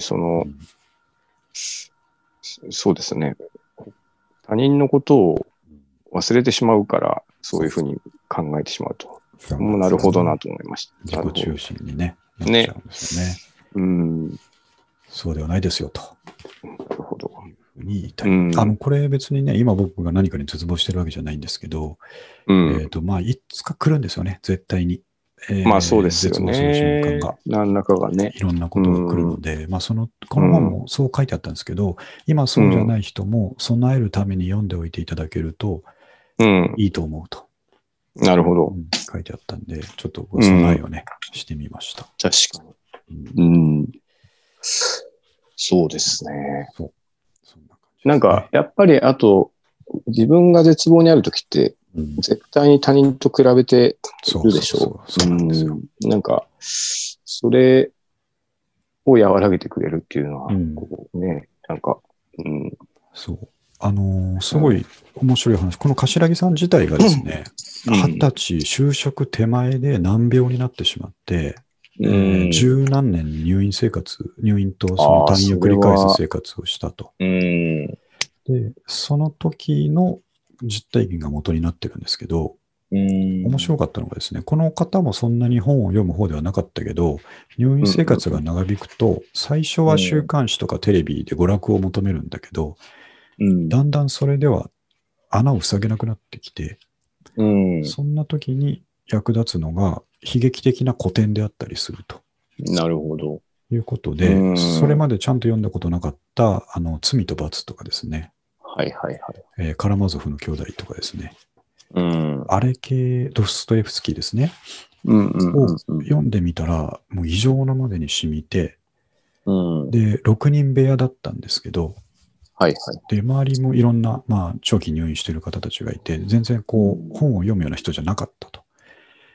そうですね。他人のことを忘れてしまうから、そういうふうに考えてしまうと。もうなるほどなと思いました。 自己中心にね、なっちゃうんですよね。そうではないですよと。 なるほど。 に言いたい。これ別にね、今僕が何かに絶望してるわけじゃないんですけど、いつか来るんですよね、絶対に。 そうですよね。 絶望する瞬間が。 何らかがね。 いろんなことが来るので、この本もそう書いてあったんですけど、今そうじゃない人も備えるために読んでおいていただけると、いいと思うと。 なるほど。 書いてあったんで、ちょっと備えをね、してみました。 確かに。そうですね。なんか、やっぱり、あと、自分が絶望にあるときって、絶対に他人と比べてるでしょう。なんか、それを和らげてくれるっていうのは、ね、なんか、 そう。すごい面白い話。この柏木さん自体がですね、20歳就職手前で難病になってしまって、十何年入院とその退院を繰り返す生活をしたと。で、その時の実体験が元になってるんですけど、面白かったのがですね、この方もそんなに本を読む方ではなかったけど、入院生活が長引くと、最初は週刊誌とかテレビで娯楽を求めるんだけど、だんだんそれでは穴を塞げなくなってきて、そんな時に役立つのが悲劇的な古典であったりすると。 なるほど。 いうことで、それまでちゃんと読んだことなかった、罪と罰とかですね。カラマゾフの兄弟とかですね。あれ系、ドストエフスキーですね。を読んでみたら、もう異常なまでに染みて、で、6人部屋だったんですけど、で、周りもいろんな、長期入院している方たちがいて、全然本を読むような人じゃなかったと。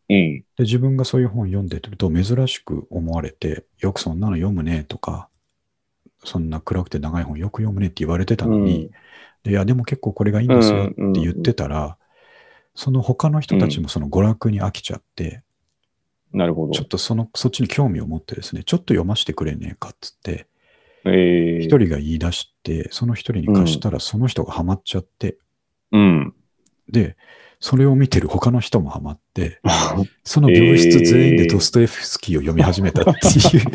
で、自分がそういう本読んでると珍しく思われて、よくそんなの読むねとか、そんな暗くて長い本よく読むねって言われてたのに、いや、でも結構これがいいんですよって言ってたら、その他の人たちもその娯楽に飽きちゃって、 なるほど。 ちょっとそっちに興味を持ってですね、ちょっと読ませてくれねえかっつって、一人が言い出して、その一人に貸したらその人がハマっちゃって、で、それを見てる他の人もハマって、その病室全員でドストエフスキーを読み始めたって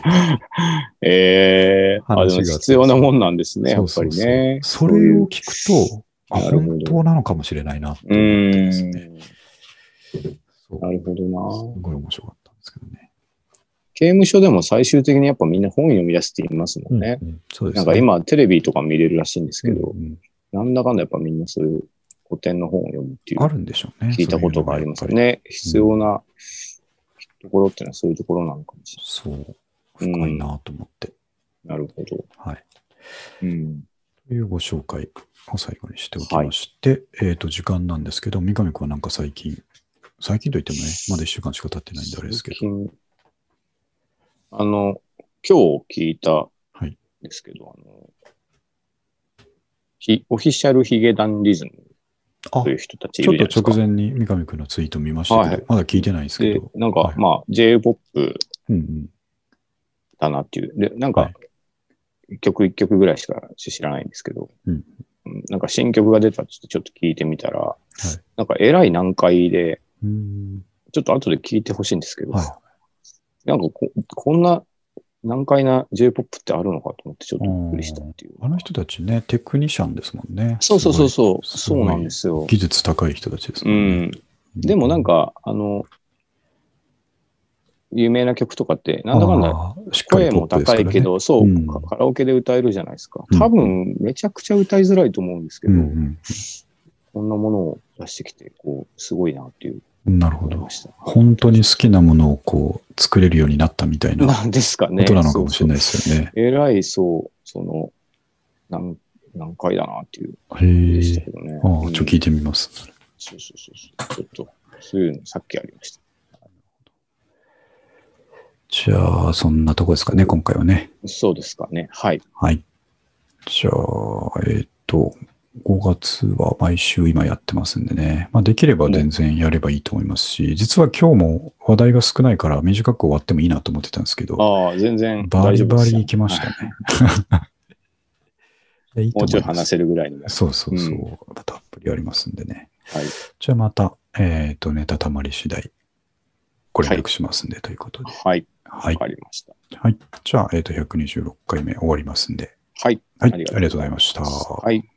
いう話が必要なもんなんですね、やっぱりね。 それを聞くと、本当なのかもしれないなって思ってですね。 なるほどな。 すごい面白かったんですけどね。 刑務所でも最終的にやっぱみんな本読み出すって言いますもんね。 そうですね。 なんか今テレビとか見れるらしいんですけど、なんだかんだやっぱみんなそういう古典の本を読むっていう。 あるんでしょうね。 聞いたことがありますよね。必要なところっていうのはそういうところなのかもしれない。そう。深いなと思って。 なるほど。 はい。というご紹介を最後にしておきまして、時間なんですけど、三上君はなんか最近といってもね、まだ1週間しか経ってないんであれですけど。 今日聞いたんですけど、オフィシャルヒゲダンリズムという人たちいるじゃないですか。 ちょっと直前に三上君のツイート見ましたけど、まだ聞いてないんですけど。 なんか、まあ、J-POP だなっていう。で、なんか、一曲ぐらいしか知らないんですけど、なんか新曲が出たってちょっと聞いてみたら、なんかえらい難解で、ちょっと後で聞いてほしいんですけど、なんかこんな難解な J-POP ってあるのかと思ってちょっとびっくりしたっていう。 あの人たちね、テクニシャンですもんね。 そうなんですよ。 技術高い人たちですもんね。 でもなんか、有名な曲とかって、なんだかんだ声も高いけど、カラオケで歌えるじゃないですか。多分、めちゃくちゃ歌いづらいと思うんですけど、こんなものを出してきて、すごいなっていう。 なるほど。本当に好きなものを作れるようになったみたいなことなのかもしれないですよね。 えらい、難解だなっていう。でしたけどね。 聞いてみます。 ちょっと、そういうのさっきありました。 じゃあ、そんなとこですかね、今回はね。 そうですかね。はい。 はい。じゃあ、5月は毎週今やってますんでね。まあ、できれば全然やればいいと思いますし、実は今日も話題が少ないから短く終わってもいいなと思ってたんですけど、 全然バリバリいきましたね。もうちょい話せるぐらいの。 そう。たっぷりありますんでね。じゃあまた、ネタたまり次第、ご連絡しますんで、ということで。 はい。わかりました。 はい。じゃあ、126回目終わりますんで。 はい。 ありがとうございました。 はい。